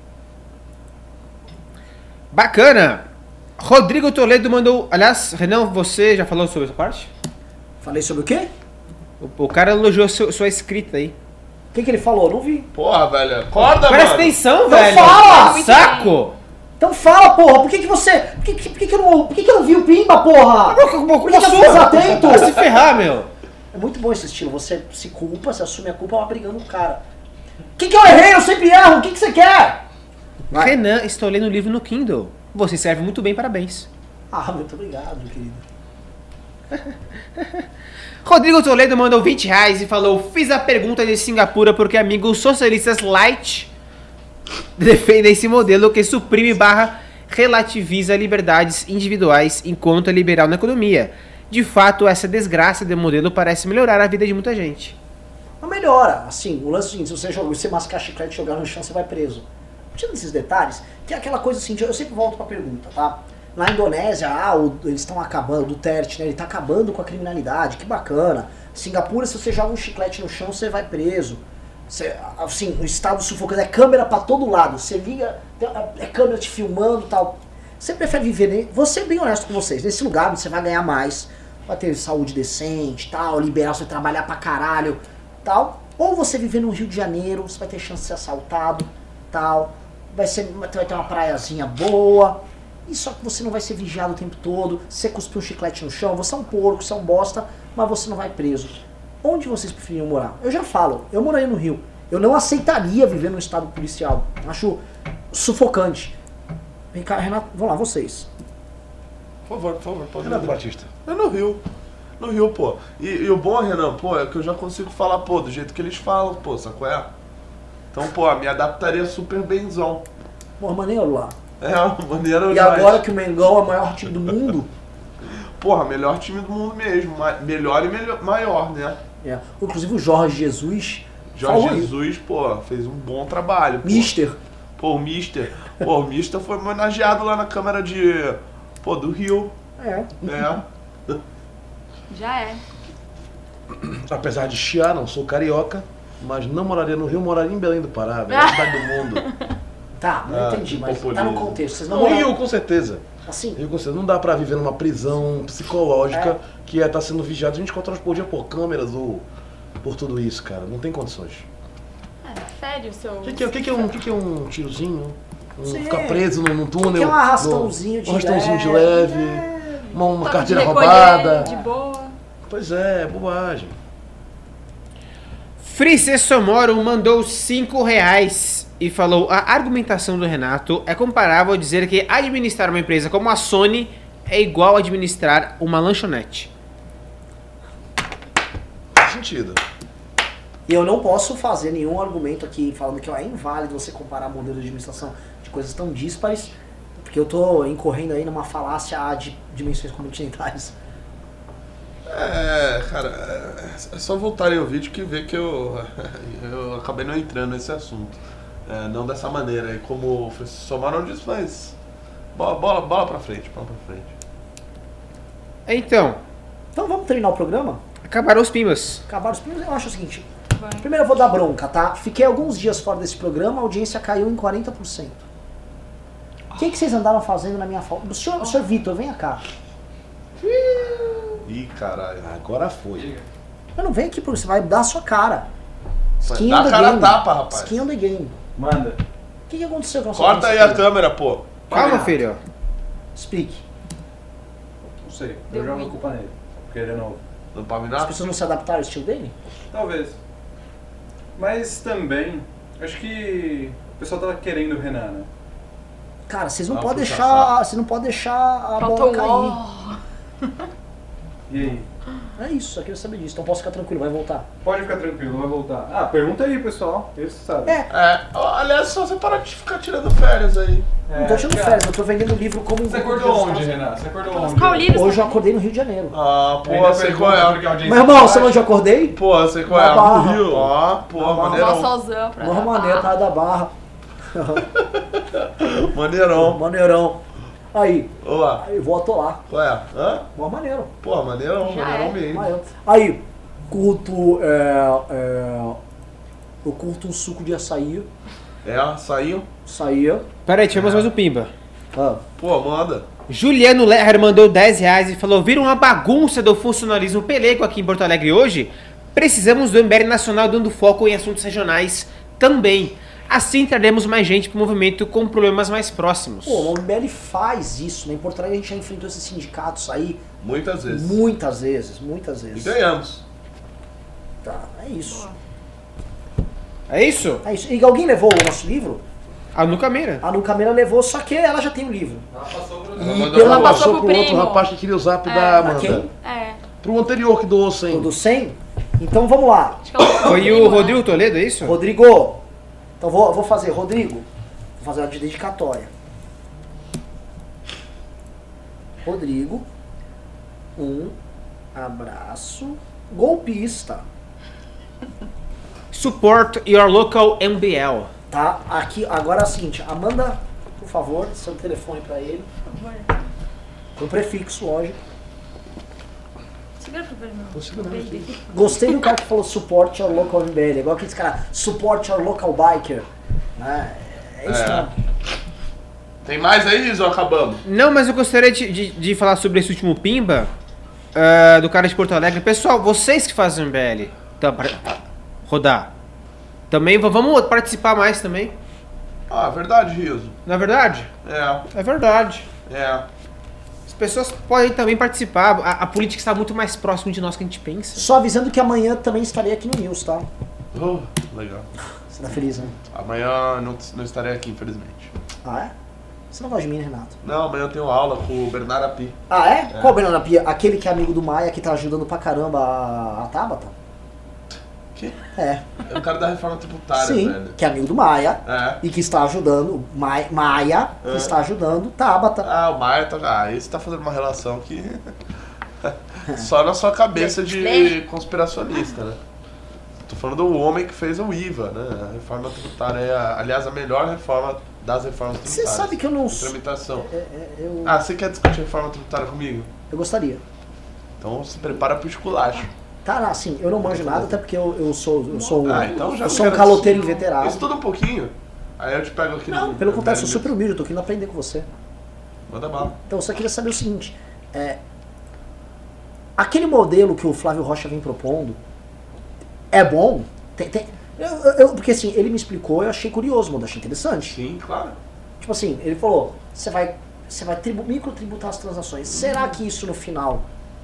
Bacana! Rodrigo Toledo mandou... Aliás, Renan, você já falou sobre essa parte? Falei sobre o quê? O cara elogiou sua escrita aí. O que ele falou? Não vi. Porra, velho. Acorda, Presta mano. atenção, Então velho! fala! Saco! Então fala, porra! Por que você... Por que eu não vi o Pimba, porra? Por que eu fui desatento? Vai se ferrar, meu! É muito bom esse estilo. Você se culpa, você assume a culpa, vai brigando com o cara. O que eu errei? Eu sempre erro. O que você quer? Vai. Renan, estou lendo o livro no Kindle. Você serve muito bem, parabéns. Ah, muito obrigado, querido. Rodrigo Toledo mandou R$20 e falou: fiz a pergunta de Singapura porque amigos socialistas light defendem esse modelo que suprime / relativiza liberdades individuais enquanto é liberal na economia. De fato, essa desgraça de modelo parece melhorar a vida de muita gente. Mas melhora. Assim, o lance é o seguinte, se você mascar chiclete e jogar no chão, você vai preso. Tirando esses detalhes, que é aquela coisa assim, eu sempre volto pra pergunta, tá? Na Indonésia, eles estão acabando, o Duterte, né? Ele tá acabando com a criminalidade, que bacana. Singapura, se você joga um chiclete no chão, você vai preso. Assim, o estado sufocando, é câmera pra todo lado. Você liga, é câmera te filmando e tal. Você prefere viver, né? Vou ser bem honesto com vocês, nesse lugar onde você vai ganhar mais, vai ter saúde decente, tal, liberar você trabalhar pra caralho, tal. Ou você viver no Rio de Janeiro, você vai ter chance de ser assaltado, tal. Vai ter uma praiazinha boa, e só que você não vai ser vigiado o tempo todo, você cuspiu um chiclete no chão, você é um porco, você é um bosta, mas você não vai preso. Onde vocês preferiam morar? Eu já falo, eu moraria no Rio. Eu não aceitaria viver num estado policial. Acho sufocante. Vem cá, Renato, vamos lá, vocês. Por favor, pode Renato ir. Batista. É no Rio. No Rio, pô. E o bom, Renan, pô, é que eu já consigo falar, pô, do jeito que eles falam, pô, sabe qual é? Então, pô, me adaptaria super benzão. Porra, maneiro lá. maneiro E demais. agora que o Mengão é o maior time do mundo, Porra, melhor time do mundo mesmo. Melhor e maior, né? inclusive o Jorge Jesus Jorge falou isso. Jesus, pô, fez um bom trabalho. Pô. Mister. Pô, o Mister. Pô, o Mister foi homenageado lá na Câmara do Rio. É. Já é. Apesar de chiar, não sou carioca, mas não moraria no Rio, moraria em Belém do Pará, a melhor cidade do mundo. Tá, não entendi, mas tá no populismo. contexto. Vocês não Não, moram- Rio, com certeza. Assim, Rio, com certeza. Não dá pra viver numa prisão psicológica que é estar sendo vigiado 24 horas por dia por câmeras ou por tudo isso, cara. Não tem condições. Fere o seu... O que é um tirozinho? Sim. Ficar preso num túnel? que é um arrastãozinho de um arrastãozinho de leve. leve, uma Toque carteira de recolher, roubada. de boa. Pois é, bobagem. Frice Somoro mandou 5 reais e falou: a argumentação do Renato é comparável a dizer que administrar uma empresa como a Sony é igual a administrar uma lanchonete. Faz sentido. E eu não posso fazer nenhum argumento aqui falando que é inválido você comparar modelos de administração de coisas tão díspares, porque eu tô incorrendo aí numa falácia de dimensões continentais. Cara, é só voltarem ao vídeo que vê que eu acabei não entrando nesse assunto. Não dessa maneira. E como o Somaro disse, mas bola pra frente, Então, Então vamos terminar o programa? acabaram os pimbas. Acabaram os primeiros. Eu acho o seguinte. Vai. Primeiro eu vou dar bronca, tá? Fiquei alguns dias fora desse programa, a audiência caiu em 40%. O que vocês andaram fazendo na minha falta? O senhor Vitor, venha cá. Ih, caralho. Agora foi. Eu não venho aqui porque você vai dar a sua cara. Skin Dá on the a cara a game. tapa, rapaz. Skin on the game. Manda. O que aconteceu com a sua Corta aí audiência a caiu? câmera, pô. Calma, filho. Explique. Não sei. Deu Eu jogo ruim. a culpa nele. Porque ele é novo. Não As Paminato? pessoas não se adaptaram ao estilo dele? Talvez. Mas também, acho que o pessoal tava querendo o Renan, né? Cara, vocês não Ah, podem puxa deixar. Vocês não podem deixar a Faltou bola um cair. ó. E aí? É isso, só queria saber disso. Então posso ficar tranquilo, vai voltar. Pode ficar tranquilo, vai voltar. Ah, pergunta aí, pessoal. Eles sabem. Aliás, só você para de ficar tirando férias aí. Não tô tirando férias, eu tô vendendo livro como um Você grupo de acordou onde, resultados. Renan? Você acordou Os onde? paulinos. Hoje eu acordei no Rio de Janeiro. Ah, pô, Ainda sei pergunta qual porque é. a audiência Meu irmão, tá você não onde baixa. eu acordei? Pô, sei qual Na é. Barra. No Rio. Ó, pô, Na Barra. Mó maneirão. solzão pra Morro Maneiro, Praia da Barra. Maneirão. Maneirão. Aí, Olá. aí vou atolar. Qual é? Hã? Mó maneiro. Pô, maneirão, Já maneirão é. mesmo. Maneiro. Aí, curto. Eu curto um suco de açaí. Saiu. Açaí. Peraí, tivemos mais um pimba. Ah, Pô, manda. Juliano Lerner mandou 10 reais e falou: viram uma bagunça do funcionalismo pelego aqui em Porto Alegre hoje? Precisamos do MBL Nacional dando foco em assuntos regionais também. Assim traremos mais gente pro movimento com problemas mais próximos. pô, o MBL faz isso, né? Em Porto Alegre a gente já enfrentou esses sindicatos aí Muitas vezes. muitas vezes, muitas E vezes. ganhamos. Tá, é isso. É isso? É isso. E alguém levou o nosso livro? A Nuca Meira. A Nucameira levou, só que ela já tem o livro. Ela passou pro... Ela mandou pela- pra passou Passou pro pro outro primo. rapaz que queria o zap da Pra Amanda. quem? É. Pro anterior que doou 100. Do 100? Então vamos lá. Acho que ela passou Foi pro o primo, né? Rodrigo Toledo, é isso? Rodrigo. Então vou fazer, Rodrigo. Vou fazer uma de dedicatória. Rodrigo. Um abraço. Golpista. Support your local MBL. Tá? Aqui, agora é o seguinte, Amanda, por favor, seu telefone pra ele. Por favor. Com prefixo, lógico. Segura pro irmão. Tô segurando aqui. Baby. Gostei do cara que falou support your local MBL, igual aqueles caras, support your local biker. Né? É isso É. mesmo. Tem mais aí, Iso? Acabamos. Não, mas eu gostaria de falar sobre esse último pimba do cara de Porto Alegre. Pessoal, vocês que fazem MBL, tá, rodar, também vamos participar mais também. Ah, verdade, Riso. Não é verdade? É, É verdade. é. As pessoas podem também participar. A política está muito mais próximo de nós que a gente pensa. Só avisando que amanhã também estarei aqui no News, tá? Legal. Você tá feliz, né? Amanhã não estarei aqui, infelizmente. Ah, é? Você não gosta de mim, né, Renato? Não, amanhã eu tenho aula com o Bernardo Api. Ah, é? Qual o Bernardo Pia? Aquele que é amigo do Maia, que tá ajudando pra caramba a Tabata? Que? É. É o cara da reforma tributária, Sim, velho. que é amigo do Maia. É. E que está ajudando, Maia, que está ajudando Tabata. Ah, o Maia tá. Ah, esse tá fazendo uma relação que. Só na sua cabeça de conspiracionista, né? Tô falando do homem que fez o IVA, né? A reforma tributária é, aliás, a melhor reforma das reformas Você tributárias. sabe que eu não De tramitação. eu, Ah, você quer discutir reforma tributária comigo? eu gostaria. Então se prepara pro esculacho. Tá, assim, eu não manjo nada, até porque eu sou um, Então já eu sou um quero caloteiro discutir. inveterado. Estuda um pouquinho, aí eu te pego aqui Não, no. pelo contrário, eu sou no- super humilde, eu tô querendo aprender com você. Manda bala. Então eu só queria saber o seguinte, aquele modelo que o Flávio Rocha vem propondo é bom? Porque assim, ele me explicou, eu achei curioso, eu achei interessante. Sim, claro. Tipo assim, ele falou, você vai microtributar as transações. Será que isso no final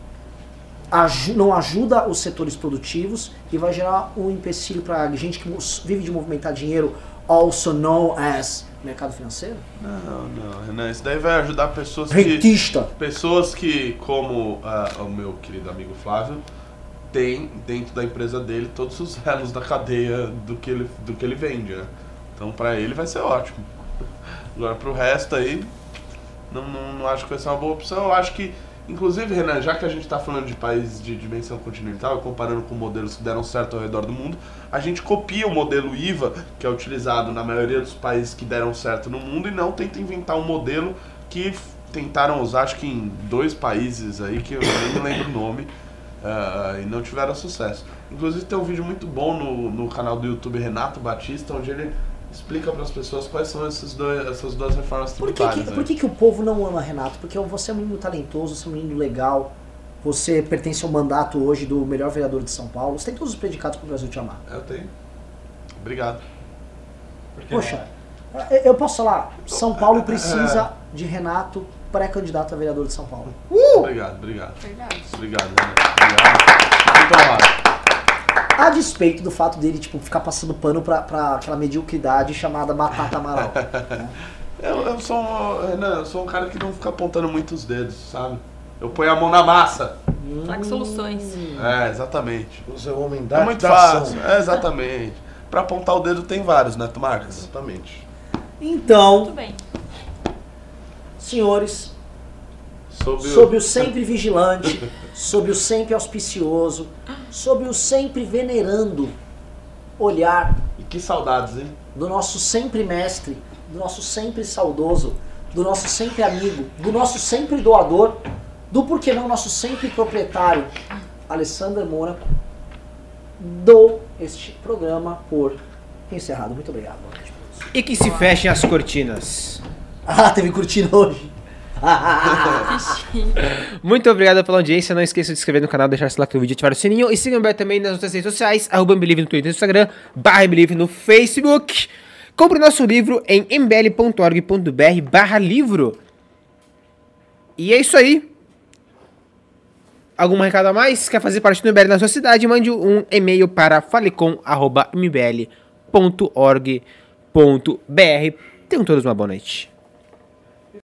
não ajuda os setores produtivos e vai gerar um empecilho para gente que vive de movimentar dinheiro, also known as mercado financeiro? Não, Renan, isso daí vai ajudar Rentista. pessoas que, como o meu querido amigo Flávio, tem dentro da empresa dele todos os elos da cadeia do que ele vende, né? Então pra ele vai ser ótimo. Agora pro resto aí, não acho que vai ser uma boa opção. Eu acho que, inclusive, Renan, já que a gente tá falando de países de dimensão continental e comparando com modelos que deram certo ao redor do mundo, a gente copia o modelo IVA, que é utilizado na maioria dos países que deram certo no mundo, e não tenta inventar um modelo que tentaram usar, acho que em 2 países aí, que eu nem me lembro o nome, e não tiveram sucesso. Inclusive tem um vídeo muito bom no canal do YouTube Renato Batista, onde ele explica para as pessoas quais são essas duas reformas tributárias. Por que o povo não ama Renato? Porque você é um menino talentoso, você é um menino legal, você pertence ao mandato hoje do melhor vereador de São Paulo, você tem todos os predicados para o Brasil te amar. Eu tenho. Obrigado. Poxa, eu posso falar, São Paulo precisa de Renato pré-candidato a vereador de São Paulo. Obrigado. Verdade. Obrigado, Renan. Obrigado. Muito honrado. A despeito do fato dele, tipo, ficar passando pano pra aquela mediocridade chamada batata Amaral. Né? Eu sou um cara que não fica apontando muito os dedos, sabe? Eu ponho a mão na massa. Traga soluções. É, exatamente. Você é o homem da É muito da ação. fácil. É, exatamente. Pra apontar o dedo tem vários, né, Marcos? Exatamente. Então, Muito bem. senhores, Sob sob o sempre vigilante, sob o sempre auspicioso, sob o sempre venerando olhar E que saudades, hein? do nosso sempre mestre, do nosso sempre saudoso, do nosso sempre amigo, do nosso sempre doador, do porquê não nosso sempre proprietário, Alessandro Mônaco, dou este programa por encerrado. Muito obrigado. Boa noite a todos. E que se fechem as cortinas. Ah, teve curtindo hoje. Muito obrigado pela audiência. Não esqueça de se inscrever no canal, deixar seu like no vídeo, ativar o sininho. E sigam o também nas outras redes sociais, @Believe no Twitter e no Instagram, /Believe no Facebook. Compre o nosso livro em mbl.org.br/livro. E é isso aí. Algum recado a mais? Quer fazer parte do MBL na sua cidade? Mande um e-mail para falecom@mbl.org.br. Tenham todos uma boa noite.